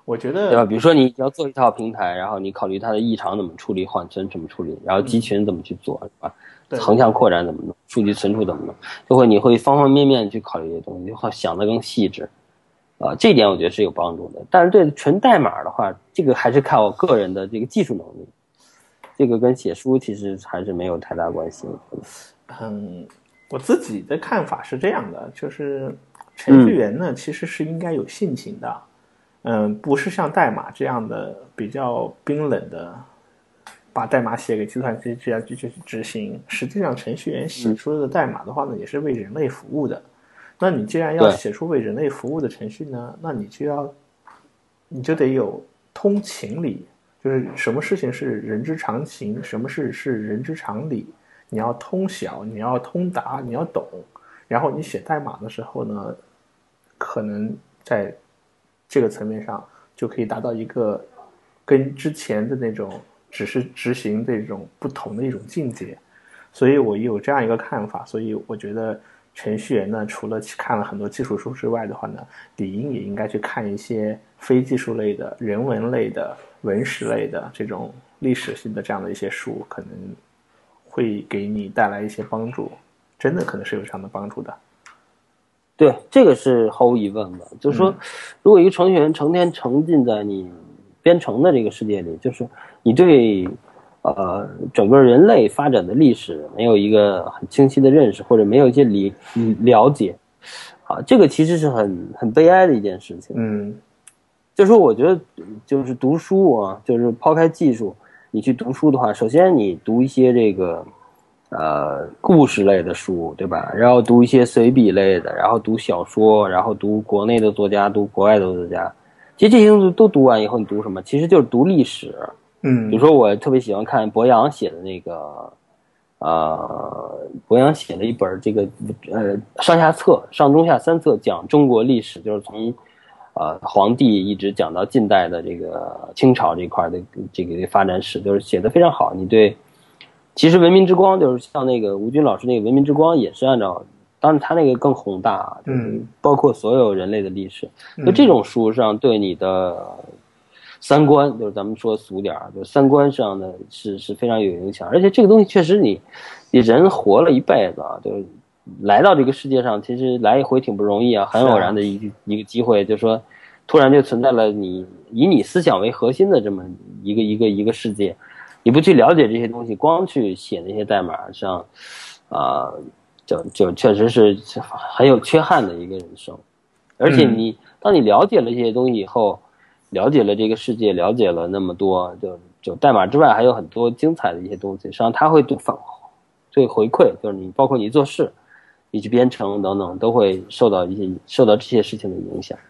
我觉得对吧？比如说你要做一套平台，然后你考虑它的异常怎么处理，缓存怎么处理，然后集群怎么去做，是吧？横向扩展怎么弄，数据存储怎么弄，就会你会方方面面去考虑这些东西，会想得更细致。啊、呃，这一点我觉得是有帮助的。但是对纯代码的话，这个还是靠我个人的这个技术能力，这个跟写书其实还是没有太大关系。 嗯，我自己的看法是这样的，就是程序员呢、嗯、其实是应该有性情的。嗯，不是像代码这样的比较冰冷的，把代码写给计算机这样去去执行。实际上，程序员写出的代码的话呢，也是为人类服务的。那你既然要写出为人类服务的程序呢，那你就要，你就得有通情理，就是什么事情是人之常情，什么事是人之常理，你要通晓，你要通达，你要懂。然后你写代码的时候呢，可能在这个层面上就可以达到一个跟之前的那种只是执行这种不同的一种境界，所以我有这样一个看法。所以我觉得程序员呢，除了看了很多技术书之外的话呢，理应也应该去看一些非技术类的、人文类的、文史类的这种历史性的这样的一些书，可能会给你带来一些帮助，真的可能是有这样的帮助的。 对，这个是毫无疑问的。就是说，如果一个程序员成天沉浸在你编程的这个世界里，就是你对呃整个人类发展的历史没有一个很清晰的认识，或者没有一些理了解啊，这个其实是很很悲哀的一件事情。 嗯， 就是说，我觉得就是读书啊，就是抛开技术，你去读书的话，首先你读一些这个。呃，故事类的书，对吧？然后读一些随笔类的，然后读小说，然后读国内的作家，读国外的作家。其实这些东西都读完以后，你读什么？其实就是读历史。 嗯， 比如说我特别喜欢看博洋写的那个，呃，博洋写了一本这个呃上下册，上中下三册讲中国历史，就是从呃皇帝一直讲到近代的这个清朝这块的这个发展史，就是写得非常好。你对。其实文明之光就是像那个吴军老师那个文明之光也是按照，当然他那个更宏大，就是包括所有人类的历史。 嗯、 就这种书上对你的三观，就是咱们说俗点儿，就是三观上的是是非常有影响。而且这个东西确实你，你人活了一辈子啊，就是来到这个世界上，其实来一回挺不容易啊，很偶然的一个一个机会，就是说突然就存在了你以你思想为核心的这么一个一个一个世界。你不去了解这些东西，光去写那些代码上，啊、呃，就就确实是很有缺憾的一个人生。而且你、嗯、当你了解了这些东西以后，了解了这个世界，了解了那么多，就就代码之外还有很多精彩的一些东西，实际上它会对反对回馈，就是你包括你做事，你去编程等等，都会受到一些受到这些事情的影响。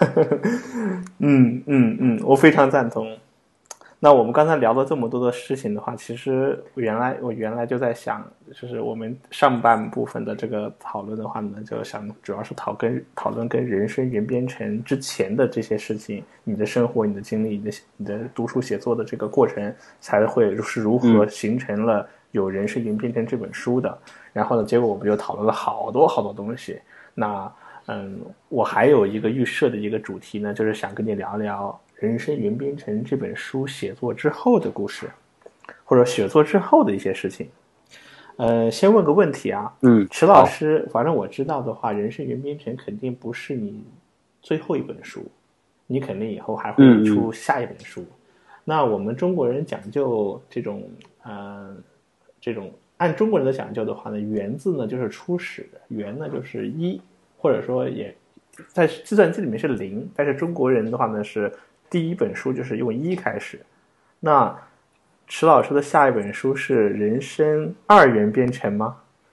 嗯嗯嗯，我非常赞同。那我们刚才聊了这么多的事情的话，其实原来我原来就在想，就是我们上半部分的这个讨论的话呢，就想主要是讨跟讨论跟人生云编程之前的这些事情，你的生活、你的经历、你的你的读书写作的这个过程，才会是如何形成了有人生云编程这本书的。嗯、然后呢，结果我们就讨论了好多好多东西。那嗯，我还有一个预设的一个主题呢，就是想跟你聊聊人生云编程这本书写作之后的故事，或者写作之后的一些事情。呃，先问个问题啊， 嗯， 池老师，反正我知道的话，人生云编程肯定不是你最后一本书，你肯定以后还会出下一本书。嗯嗯，那我们中国人讲究这种，呃，这种按中国人的讲究的话呢，元字呢就是初始，元呢就是一，或者说也在计算机里面是零，但是中国人的话呢是第一本书就是用一开始。那池老师的下一本书是人生二元编程吗？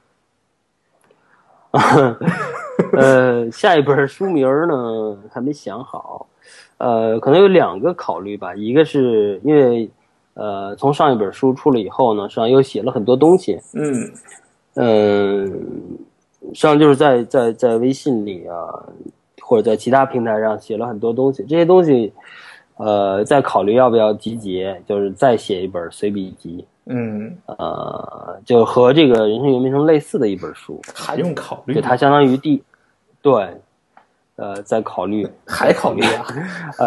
呃，下一本书名呢还没想好，呃，可能有两个考虑吧。一个是因为呃，从上一本书出了以后呢，实际上又写了很多东西。 嗯嗯，实际上就是在在在微信里啊，或者在其他平台上写了很多东西。这些东西，呃，在考虑要不要集结，就是再写一本随笔集。 嗯， 呃，就和这个人生云编程类似的一本书， 还用考虑？ 对，它相当于第，对，呃，在考虑， 还考虑啊？ 呃，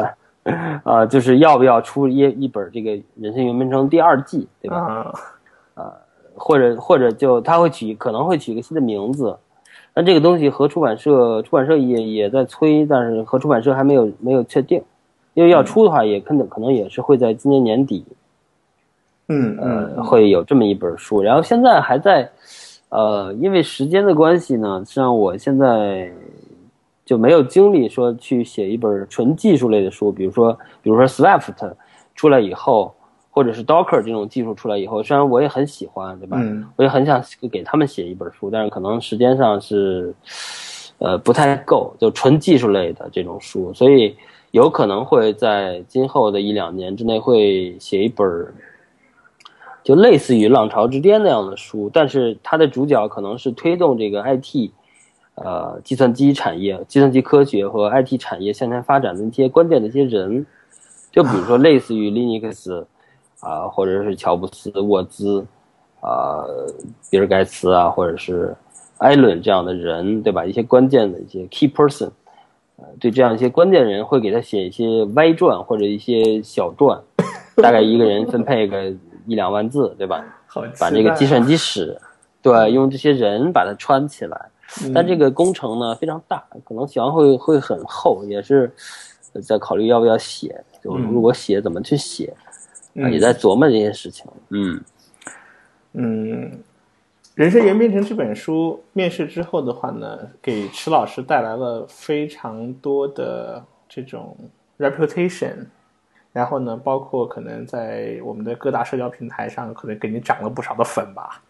啊，就是要不要出一一本这个《人生圆编程》第二季，对吧？ 啊， 啊，或者或者就他会取可能会取一个新的名字，但这个东西和出版社出版社也也在催，但是和出版社还没有没有确定，因为要出的话也可能可能也是会在今年年底， 嗯呃，会有这么一本书，然后现在还在，呃，因为时间的关系呢，实际上我现在就没有精力说去写一本纯技术类的书，比如说比如说 Swift 出来以后，或者是 Docker 这种技术出来以后，虽然我也很喜欢，对吧？ 嗯， 我也很想给他们写一本书，但是可能时间上是，呃，不太够，就纯技术类的这种书，所以有可能会在今后的一两年之内会写一本。就类似于《浪潮之巅》那样的书，但是它的主角可能是推动这个 I T， 呃，计算机产业、计算机科学和 I T 产业向前发展的一些关键的一些人，就比如说类似于 Linux 啊、呃，或者是乔布斯、沃兹啊、呃、比尔盖茨啊，或者是艾伦这样的人，对吧？一些关键的一些 key person， 呃，对这样一些关键人会给他写一些歪传或者一些小传，大概一个人分配个一两万字，对吧？ 好、啊， 把这个计算机史，对，用这些人把它穿起来。 嗯、 但这个工程呢非常大，可能写完会会很厚，也是在考虑要不要写。就如果写怎么去写， 嗯、 啊，也在琢磨这些事情。嗯嗯，人生圆编程这本书面世之后的话呢，给池老师带来了非常多的这种 reputation。然后呢，包括可能在我们的各大社交平台上，可能给你涨了不少的粉吧。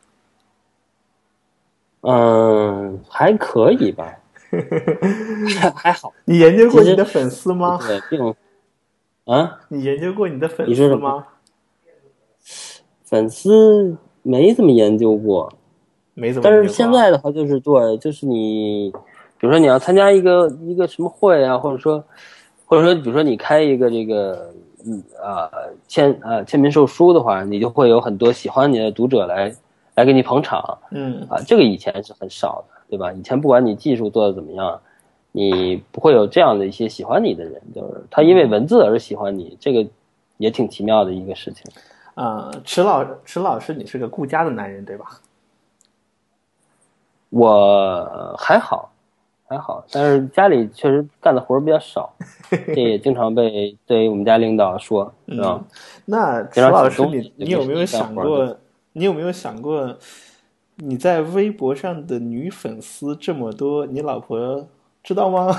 嗯，还可以吧，还还好。 你研究过你的粉丝吗？ 对，并啊， 你研究过你的粉丝吗？ 粉丝没怎么研究过， 没怎么研究过。 但是现在的话，就是对，就是你，比如说你要参加一个一个什么会啊，或者说，或者说，比如说你开一个这个。嗯啊、呃，签啊、呃、签名售书的话，你就会有很多喜欢你的读者来来给你捧场， 嗯啊、呃，这个以前是很少的，对吧？以前不管你技术做的怎么样，你不会有这样的一些喜欢你的人，就是他因为文字而喜欢你，这个也挺奇妙的一个事情。 啊、呃，池老池老师，你是个顾家的男人，对吧？ 我还好。还好，但是家里确实干的活比较少，这也经常被对我们家领导说，是吧？ 嗯、那池老师你，你你有没有想过，你有没有想过，你在微博上的女粉丝这么多，你老婆知道吗？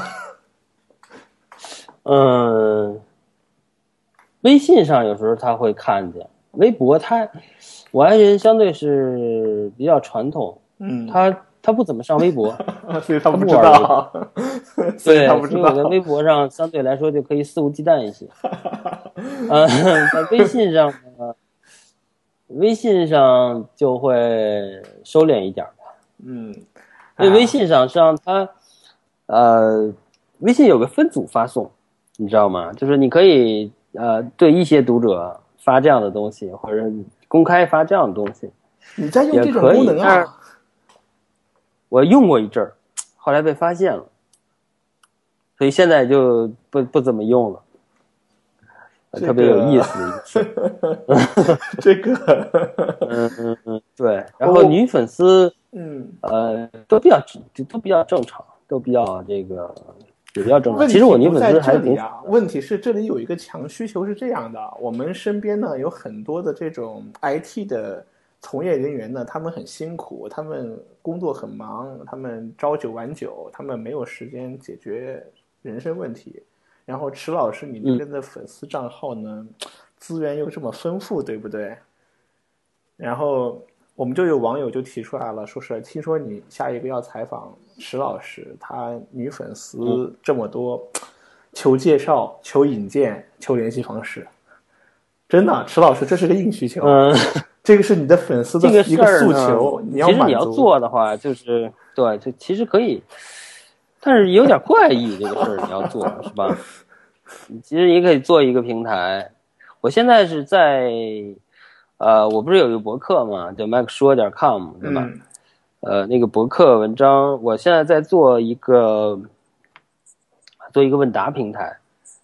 嗯，微信上有时候他会看见，微博他，我爱人相对是比较传统， 嗯， 他。他不怎么上微博， 所以他不知道。 对， 他不知道。 所以我在微博上相对来说就可以肆无忌惮一些。呃，在微信上呢，微信上就会收敛一点吧。 嗯， 因为微信上实际上它，呃，微信有个分组发送，你知道吗？就是你可以呃对一些读者发这样的东西，或者公开发这样的东西。 你在用这种功能啊？ 我用过一阵儿，后来被发现了，所以现在就不不怎么用了， 这个、 特别有意思的一个事。 这个， 嗯嗯嗯，对。然后女粉丝， 嗯呃，都比较都比较正常，都比较这个也比较正常。其实我女粉丝还挺啊。问题是这里有一个强需求是这样的，我们身边呢有很多的这种 I T 的。从业人员呢，他们很辛苦，他们工作很忙，他们朝九晚九，他们没有时间解决人生问题。然后池老师，你这边的粉丝账号呢，嗯、资源又这么丰富，对不对？然后我们就有网友就提出来了，说是听说你下一个要采访池老师，他女粉丝这么多，嗯、求介绍、求引荐、求联系方式。真的，池老师，这是个硬需求。 嗯。 这个是你的粉丝的一个诉求， 这个、其实你要做的话，就是对，就其实可以，但是有点怪异这个事儿你要做是吧？你其实也可以做一个平台。我现在是在，呃，我不是有一个博客嘛，叫 mac 说点 com 对吧？ 嗯、 呃，那个博客文章，我现在在做一个做一个问答平台，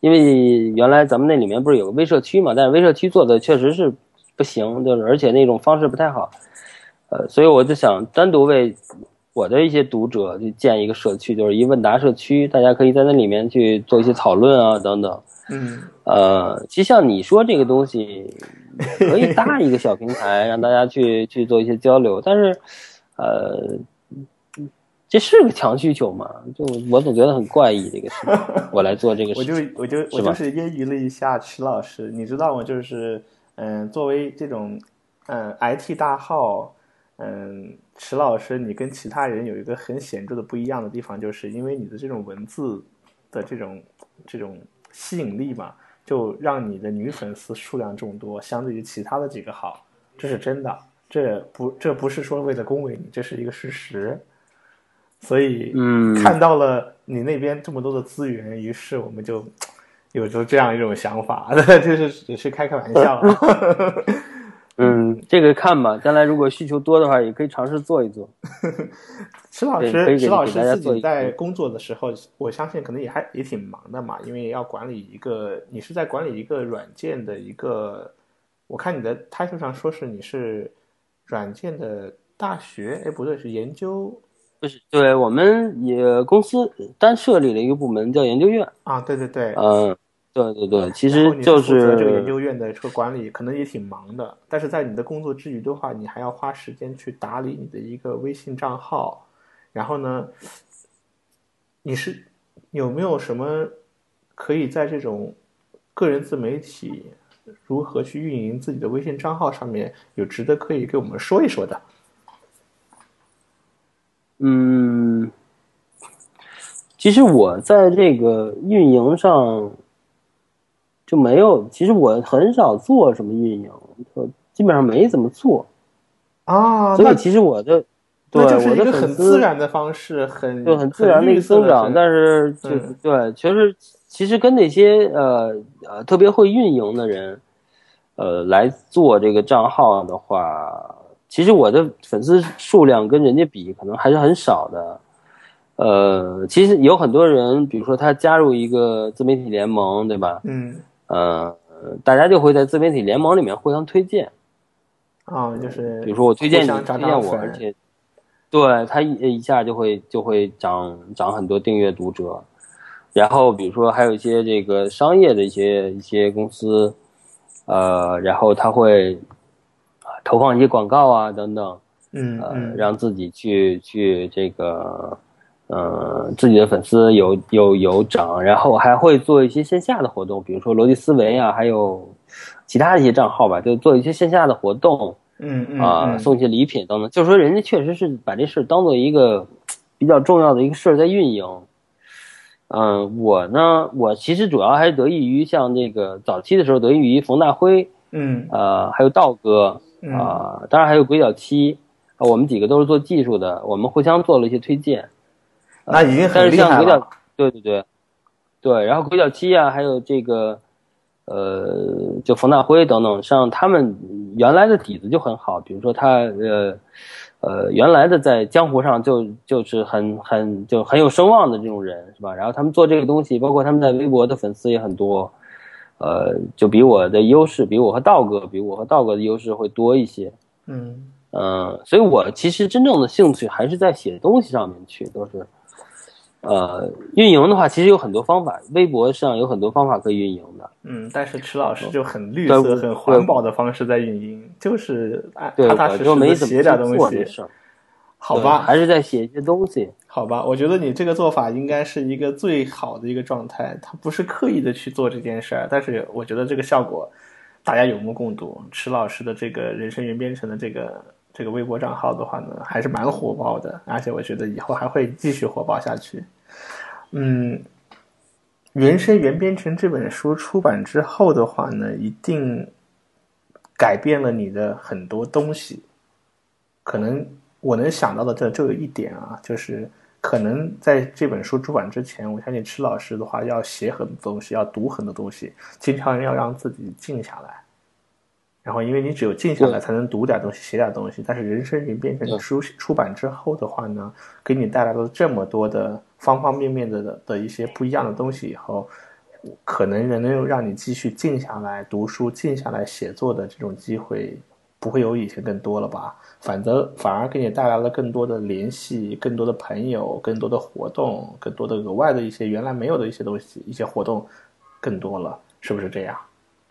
因为原来咱们那里面不是有个微社区嘛，但是微社区做的确实是不行，就是而且那种方式不太好，呃，所以我就想单独为我的一些读者就建一个社区，就是一问答社区，大家可以在那里面去做一些讨论啊等等。 嗯， 呃，其实像你说这个东西，可以搭一个小平台，让大家去去做一些交流，但是，呃，这是个强需求嘛？就我总觉得很怪异这个事情，我来做这个事情， 我就我就我就是揶揄了一下池老师，你知道吗？就是嗯，作为这种嗯 I T 大号，嗯，池老师你跟其他人有一个很显著的不一样的地方，就是因为你的这种文字的这种这种吸引力嘛，就让你的女粉丝数量众多，相对于其他的几个号，这是真的，这不这不是说为了恭维你，这是一个事实。所以看到了你那边这么多的资源，于是我们就有着这样一种想法，这是只是开开玩笑。 嗯，这个看吧，将来如果需求多的话，也可以尝试做一做。 石老师，石老师自己在工作的时候，我相信可能也还也挺忙的嘛，因为要管理一个，你是在管理一个软件的一个，我看你的 title 上说是你是软件的大学，哎，不对，是研究。 不是，对，我们也公司单设立了一个部门叫研究院啊，对对对， 嗯，对对对，其实就是负责这个研究院的这个管理，可能也挺忙的。但是在你的工作之余的话，你还要花时间去打理你的一个微信账号。然后呢，你是有没有什么可以在这种个人自媒体如何去运营自己的微信账号上面有值得可以给我们说一说的？ 嗯，其实我在这个运营上就没有，其实我很少做什么运营，就基本上没怎么做啊。 所以其实我的对那就是一个很自然的方式，很就很自然的一个增长，但是就、 嗯、 对，其实其实跟那些呃呃特别会运营的人，呃来做这个账号的话，其实我的粉丝数量跟人家比，可能还是很少的。呃，其实有很多人，比如说他加入一个自媒体联盟，对吧？ 嗯， 呃，大家就会在自媒体联盟里面互相推荐。 啊、哦，就是比如说我推荐你， 推荐我，而且对他一一下就会就会涨涨很多订阅读者。然后比如说还有一些这个商业的一些一些公司，呃，然后他会投放一些广告啊等等， 嗯呃， 嗯让自己去去这个。呃，自己的粉丝有有有涨，然后还会做一些线下的活动，比如说逻辑思维啊，还有其他的一些账号吧，就做一些线下的活动， 嗯嗯啊、 嗯， 送一些礼品等等。就是说，人家确实是把这事当做一个比较重要的一个事儿在运营。嗯、呃，我呢，我其实主要还是得益于像这个早期的时候得益于冯大辉， 嗯， 呃，还有道哥，啊、呃，当然还有鬼脚七，呃，我们几个都是做技术的，我们互相做了一些推荐。 那已经很厉害了。 对对对，对，然后鬼脚七啊，还有这个，呃，就冯大辉等等，像他们原来的底子就很好，比如说他呃呃原来的在江湖上就就是很很就很有声望的这种人，是吧？然后他们做这个东西，包括他们在微博的粉丝也很多，呃，就比我的优势，比我和道哥，比我和道哥的优势会多一些。 嗯嗯、呃，所以我其实真正的兴趣还是在写东西上面去，都是。呃，运营的话，其实有很多方法，微博上有很多方法可以运营的。 嗯，但是池老师就很绿色、很环保的方式在运营，就是踏踏实实的写点东西。好吧， 还是在写一些东西。 好吧，我觉得你这个做法应该是一个最好的一个状态，他不是刻意的去做这件事儿，但是我觉得这个效果大家有目共睹。池老师的这个人生原编程的这个这个微博账号的话呢，还是蛮火爆的，而且我觉得以后还会继续火爆下去。嗯，原生原编程这本书出版之后的话呢，一定改变了你的很多东西。可能我能想到的这就有一点啊，就是可能在这本书出版之前，我相信池老师的话要写很多东西，要读很多东西，经常要让自己静下来。然后因为你只有静下来才能读点东西，写点东西，但是人生原编程书出版之后的话呢，给你带来了这么多的方方面面的的一些不一样的东西以后， 可能能让你继续静下来读书、静下来写作的这种机会，不会有以前更多了吧？反则反而给你带来了更多的联系、更多的朋友、更多的活动、更多的额外的一些原来没有的一些东西、一些活动，更多了，是不是这样？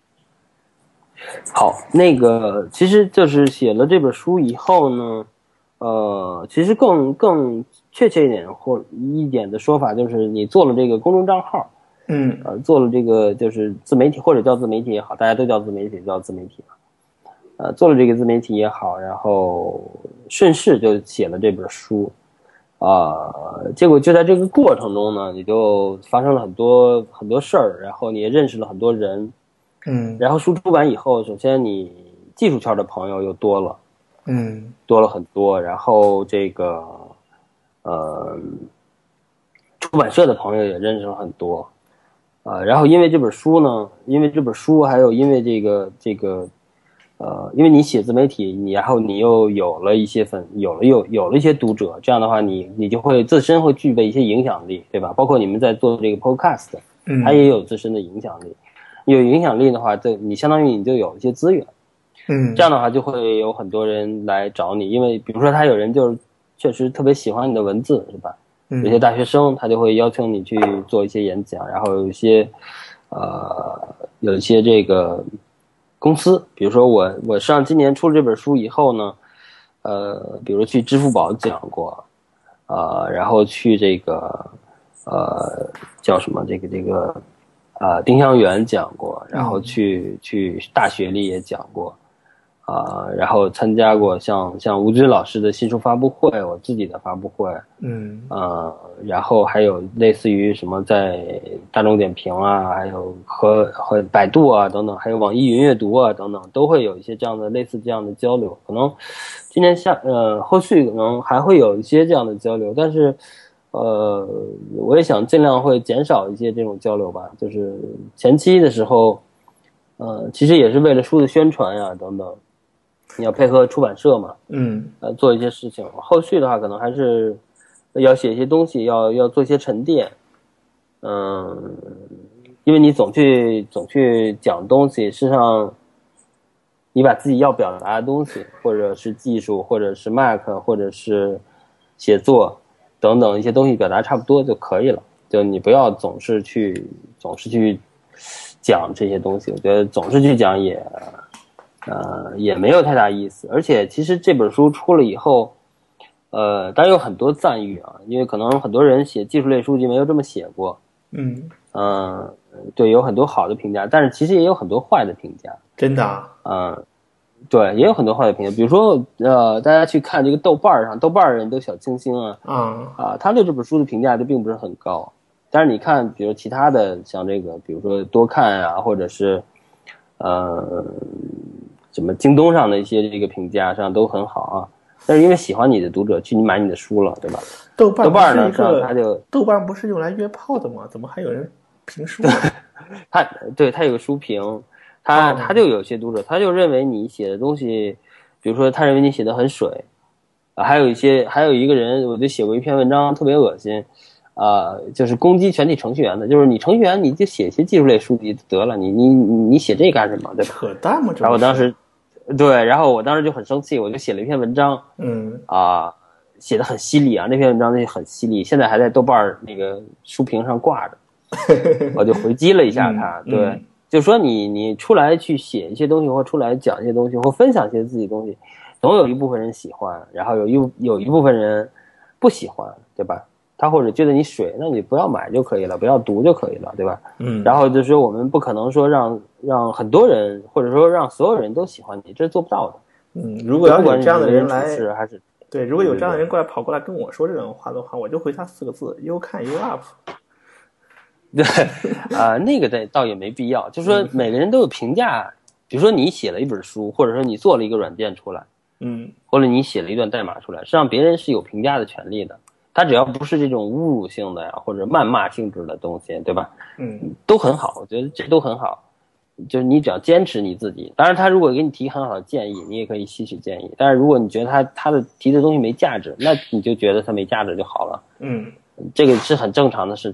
好，那个其实就是写了这本书以后呢，呃，其实更更确切一点或一点的说法就是你做了这个公众账号， 嗯， 呃，做了这个就是自媒体或者叫自媒体也好，大家都叫自媒体，叫自媒体嘛，呃，做了这个自媒体也好，然后顺势就写了这本书，啊、呃，结果就在这个过程中呢，你就发生了很多很多事儿，然后你也认识了很多人。 嗯， 然后书出版以后，首先你技术圈的朋友又多了， 嗯， 多了很多。然后这个，呃，出版社的朋友也认识了很多，呃，然后因为这本书呢，因为这本书，还有因为这个这个，呃，因为你写自媒体，你然后你又有了一些粉，有了有有了一些读者，这样的话你，你你就会自身会具备一些影响力，对吧？包括你们在做这个 podcast， 它也有自身的影响力。有影响力的话，就你相当于你就有一些资源， 嗯， 这样的话就会有很多人来找你，因为比如说他有人就是确实特别喜欢你的文字，是吧？有些大学生他就会邀请你去做一些演讲，然后有一些呃有一些这个公司，比如说我我上今年出了这本书以后呢，呃，比如去支付宝讲过，呃，然后去这个呃叫什么这个这个。啊、呃，丁香园讲过，然后去、嗯、去大学里也讲过，啊、呃，然后参加过像像吴军老师的新书发布会，我自己的发布会， 嗯， 呃，然后还有类似于什么在大众点评啊，还有和和百度啊等等，还有网易云阅读啊等等，都会有一些这样的类似这样的交流。可能今年下呃后续可能还会有一些这样的交流，但是。呃，我也想尽量会减少一些这种交流吧，就是前期的时候，呃，其实也是为了书的宣传呀等等，你要配合出版社嘛， 嗯， 呃，做一些事情。后续的话，可能还是要写一些东西，要要做一些沉淀，嗯，因为你总去总去讲东西，事实上，你把自己要表达的东西，或者是技术，或者是 Mac， 或者是写作。等等一些东西表达差不多就可以了，就你不要总是去总是去讲这些东西，我觉得总是去讲也呃也没有太大意思。而且其实这本书出了以后，呃当然有很多赞誉啊，因为可能很多人写技术类书籍没有这么写过， 嗯嗯、呃、对，有很多好的评价，但是其实也有很多坏的评价， 真的啊， 嗯、呃对，也有很多坏的评价，比如说，呃，大家去看这个豆瓣上，豆瓣人都小清新啊， 啊、嗯、 啊，他对这本书的评价就并不是很高。但是你看，比如其他的，像这个，比如说多看啊，或者是，呃，什么京东上的一些这个评价上都很好啊。但是因为喜欢你的读者去你买你的书了，对吧？ 豆瓣豆瓣呢， 上它就豆瓣不是用来约炮的吗？怎么还有人评书？ 它对它有个书评。他他就有些读者，他就认为你写的东西，比如说他认为你写的很水，啊，还有一些还有一个人，我就写过一篇文章特别恶心，啊、呃，就是攻击全体程序员的，就是你程序员你就写一些技术类书籍得了，你你你写这干什么？对吧？ 扯淡嘛！ 然后我当时，对，然后我当时就很生气，我就写了一篇文章， 嗯啊、呃，写的很犀利啊，那篇文章就很犀利，现在还在豆瓣那个书评上挂着，我就回击了一下他， 嗯、 对。 嗯就是说你你出来去写一些东西，或出来讲一些东西，或分享一些自己的东西，总有一部分人喜欢，然后有一有一部分人不喜欢，对吧？他或者觉得你水，那你不要买就可以了，不要读就可以了，对吧？ 嗯。 然后就是说我们不可能说让让很多人，或者说让所有人都喜欢你，这是做不到的。 嗯，如果要有这样的人来， 是还是对，如果有这样的人过来跑过来跟我说这种话的话，我就回他四个字：you can you up。 对，啊、呃，那个倒倒也没必要。就是说，每个人都有评价。比如说，你写了一本书，或者说你做了一个软件出来， 嗯， 或者你写了一段代码出来，实际上别人是有评价的权利的。他只要不是这种侮辱性的呀，或者谩骂性质的东西，对吧？ 嗯， 都很好，我觉得这都很好。就是你只要坚持你自己。当然，他如果给你提很好的建议，你也可以吸取建议。但是如果你觉得他他的提的东西没价值，那你就觉得他没价值就好了。 嗯， 这个是很正常的事情。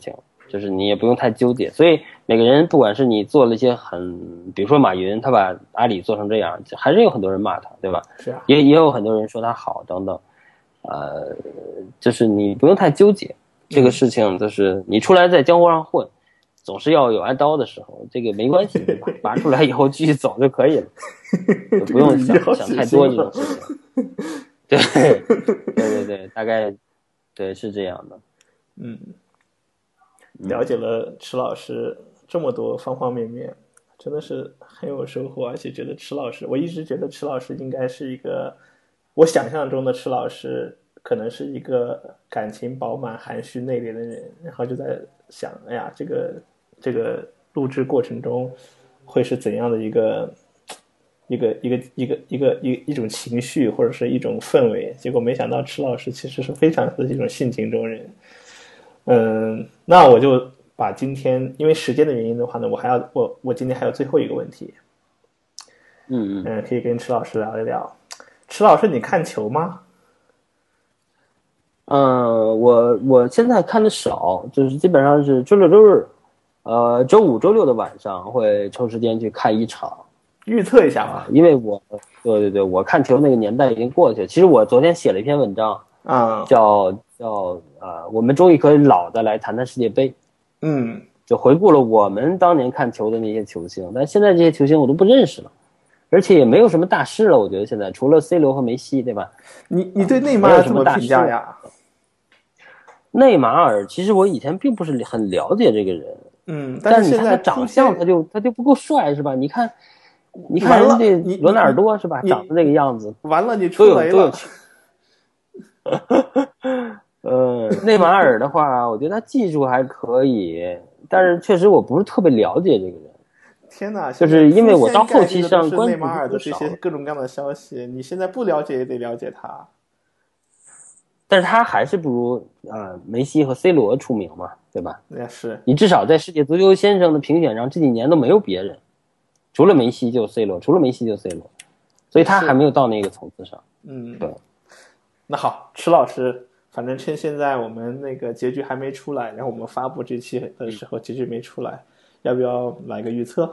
就是你也不用太纠结。所以每个人不管是你做了一些很，比如说马云他把阿里做成这样，还是有很多人骂他，对吧？ 是啊， 也也有很多人说他好等等，呃，就是你不用太纠结这个事情，就是你出来在江湖上混，总是要有挨刀的时候，这个没关系，对吧？拔出来以后继续走就可以了，就不用想想太多这种事情。对对对对，大概对是这样的。 嗯，了解了池老师这么多方方面面，真的是很有收获，而且觉得池老师，我一直觉得池老师应该是一个，我想象中的池老师可能是一个感情饱满、含蓄内敛的人，然后就在想，哎呀，这个这个录制过程中会是怎样的一个一个一个一个一个一一种情绪或者是一种氛围，结果没想到池老师其实是非常的一种性情中人。嗯，那我就把今天因为时间的原因的话呢，我还要我我今天还有最后一个问题， 嗯嗯嗯，可以跟池老师聊一聊。池老师，你看球吗？ 嗯，我我现在看的少，就是基本上是周六周日，呃，周五周六的晚上会抽时间去看一场。 预测一下吧。 因为我对对对，我看球那个年代已经过去了。其实我昨天写了一篇文章， 啊、嗯， 叫叫呃，我们终于可以老的来谈谈世界杯。 嗯， 就回顾了我们当年看球的那些球星，但现在这些球星我都不认识了，而且也没有什么大师了。我觉得现在除了 C 罗和梅西，对吧？ 你你对内马尔怎么评价呀？ 内马尔其实我以前并不是很了解这个人， 嗯， 但是现在长相他就他就不够帅，是吧？你看。你看人家罗纳尔多是吧？长成这个样子， 完了，你出雷了。 呃，内马尔的话，我觉得他技术还可以，但是确实我不是特别了解这个人。 天哪！ 就是因为我到后期上关注内马尔的这些各种各样的消息，你现在不了解也得了解他。 但是他还是不如呃梅西和 C 罗出名嘛，对吧？ 也是。 你至少在世界足球先生的评选上，这几年都没有别人。除了梅西就 C 罗，除了梅西就 C 罗，所以他还没有到那个层次上。 嗯， 对。 那好，池老师，反正趁现在我们那个结局还没出来，然后我们发布这期的时候结局没出来，要不要来个预测？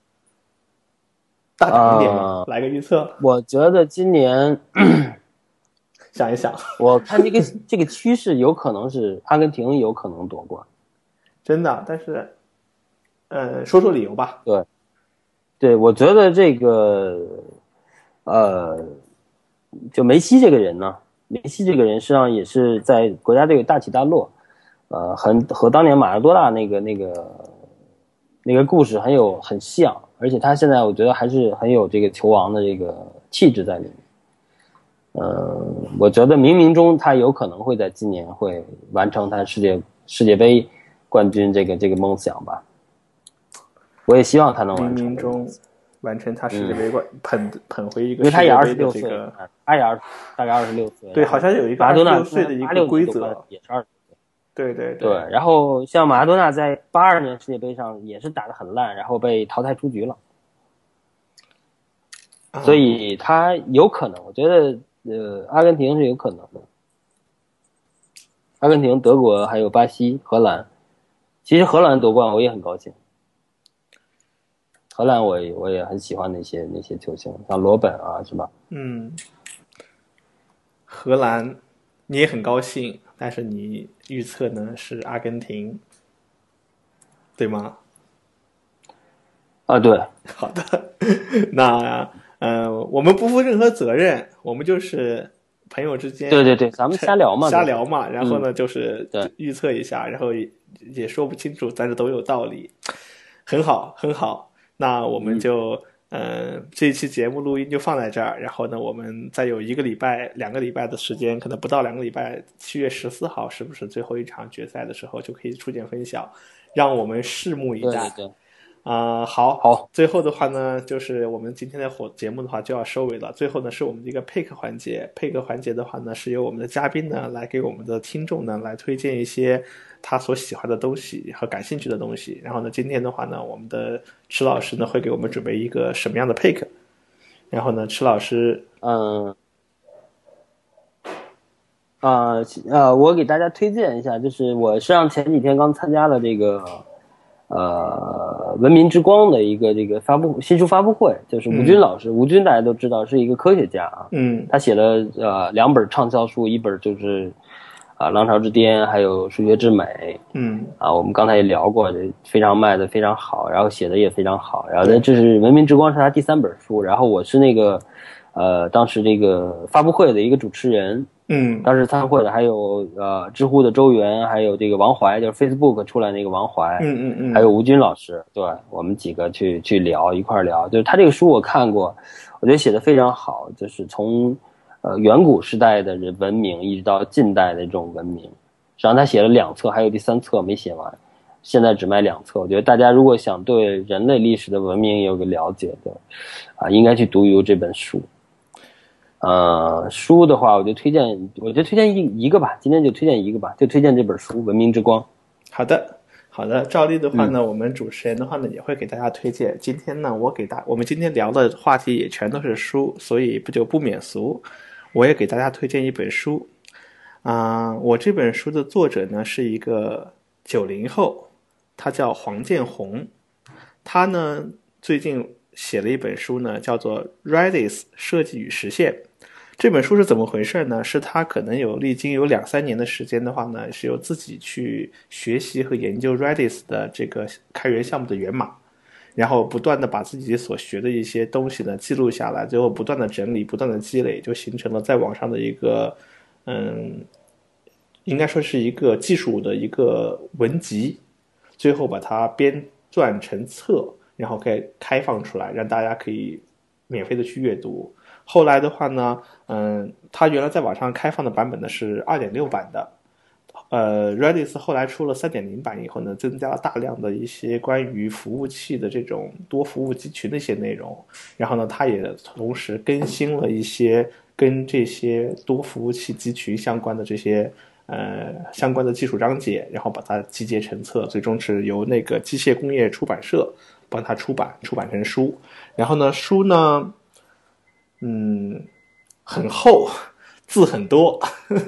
大胆一点嘛，呃、来个预测。 我觉得今年想一想， 我看这个这个趋势有可能是阿根廷有可能夺冠， 真的。但是，呃，说说理由吧。 对。对，我觉得这个，呃，就梅西这个人呢，梅西这个人实际上也是在国家队有大起大落，呃，很和当年马拉多纳那个那个那个故事很有很像，而且他现在我觉得还是很有这个球王的这个气质在里面。呃，我觉得冥冥中他有可能会在今年会完成他世界世界杯冠军这个这个梦想吧。我也希望他能完成。 冥冥中完成他世界杯冠，嗯、捧捧回一个世界杯的、这个。因为他也二十六岁， 他也大概二十六岁。 对，好像有一个二十六岁的一个规则， 也是二十岁。 对对对。然后像马拉多纳在八二年世界杯上也是打得很烂，然后被淘汰出局了。 啊、 所以他有可能，我觉得呃，阿根廷是有可能的。阿根廷、德国还有巴西、荷兰，其实荷兰夺冠我也很高兴。荷兰我也我也很喜欢那些那些球星，像罗本啊，是吧？ 嗯，荷兰你也很高兴，但是你预测呢是阿根廷，对吗？ 啊，对。 好的，那呃，我们不负任何责任，我们就是朋友之间， 对对对，咱们瞎聊嘛， 瞎聊嘛。然后呢， 嗯、 就是预测一下，然后也也说不清楚，但是都有道理，很好，很好。那我们就，嗯、呃，这一期节目录音就放在这儿。然后呢，我们再有一个礼拜、两个礼拜的时间，可能不到两个礼拜，七月十四号是不是最后一场决赛的时候就可以出见分晓？让我们拭目以待。 对对对。 啊、呃，好， 好。 最后的话呢，就是我们今天的活节目的话就要收尾了。最后呢，是我们的一个配课环节。配课环节的话呢，是由我们的嘉宾呢来给我们的听众呢来推荐一些他所喜欢的东西和感兴趣的东西。然后呢，今天的话呢，我们的池老师呢会给我们准备一个什么样的配课？然后呢，池老师， 嗯， 呃呃，我给大家推荐一下，就是我实际上前几天刚参加了这个呃文明之光的一个这个发布新书发布会，就是吴军老师，嗯、吴军大家都知道是一个科学家啊， 嗯， 他写了呃两本畅销书，一本就是啊《浪潮之巅》，还有《数学之美》， 嗯啊，我们刚才也聊过，这非常卖的非常好，然后写的也非常好，然后这是文明之光是他第三本书，然后我是那个呃当时这个发布会的一个主持人。 嗯， 当时参会的还有呃知乎的周元，还有这个王怀，就是 Facebook 出来那个王怀， 嗯嗯嗯， 还有吴军老师，对，我们几个去去聊一块聊，就是他这个书我看过，我觉得写的非常好，就是从呃远古时代的人文明一直到近代的这种文明，实际上他写了两册，还有第三册没写完，现在只卖两册。我觉得大家如果想对人类历史的文明有个了解的，啊，应该去读一读这本书。呃，书的话，我就推荐，我就推荐一一个吧，今天就推荐一个吧，就推荐这本书《文明之光》。 好的，好的。照例的话呢，嗯、我们主持人的话呢也会给大家推荐。今天呢，我给大，我们今天聊的话题也全都是书，所以不就不免俗，我也给大家推荐一本书。啊、呃，我这本书的作者呢是一个九零后，他叫黄建红，他呢最近写了一本书呢，叫做《Redis 设计与实现》。这本书是怎么回事呢？是他可能有历经有两三年的时间的话呢，是由自己去学习和研究 Redis 的这个开源项目的源码，然后不断的把自己所学的一些东西呢记录下来，最后不断的整理，不断的积累，就形成了在网上的一个嗯，应该说是一个技术的一个文集，最后把它编撰成册，然后可以开放出来，让大家可以免费的去阅读。后来的话呢，嗯，它原来在网上开放的版本呢是 二点六 版的，呃 Redis 后来出了 三点零 版以后呢，增加了大量的一些关于服务器的这种多服务集群的一些内容，然后呢，它也同时更新了一些跟这些多服务器集群相关的这些呃相关的技术章节，然后把它集结成册，最终是由那个机械工业出版社帮它出版，出版成书。然后呢，书呢嗯，很厚，字很多，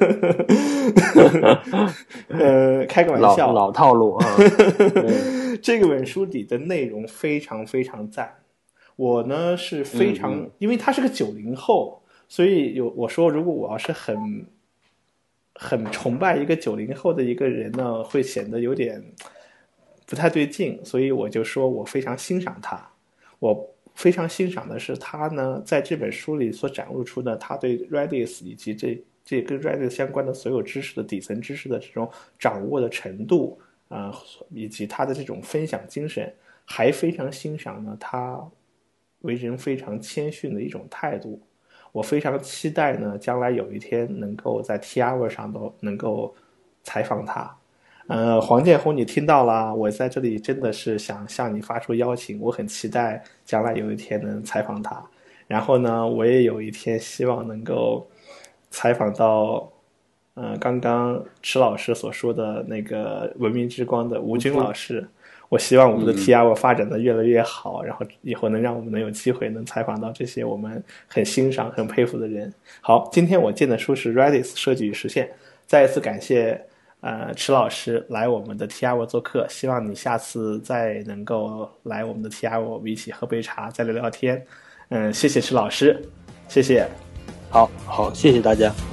呃，开个玩笑， 老老套路啊。 这个本书里的内容非常非常赞，我呢是非常，嗯嗯因为他是个九零后，所以有我说，如果我要是很很崇拜一个九零后的一个人呢，会显得有点不太对劲，所以我就说我非常欣赏他，我。非常欣赏的是他呢，在这本书里所展露出的他对 Redis 以及这这跟 Redis 相关的所有知识的底层知识的这种掌握的程度啊、呃，以及他的这种分享精神，还非常欣赏呢他为人非常谦逊的一种态度。我非常期待呢，将来有一天能够在 T hour 上都能够采访他。呃，黄建红，你听到了，我在这里真的是想向你发出邀请，我很期待将来有一天能采访他。然后呢，我也有一天希望能够采访到，呃，刚刚池老师所说的那个文明之光的吴军老师。我希望我们的 T R 发展的越来越好，然后以后能让我们能有机会能采访到这些我们很欣赏、很佩服的人。好，今天我荐的书是 Redis 设计与实现，再一次感谢。呃，池老师来我们的 T R 做客，希望你下次再能够来我们的 T R， 我们一起喝杯茶，再聊聊天。嗯，谢谢池老师，谢谢。 好好，谢谢大家。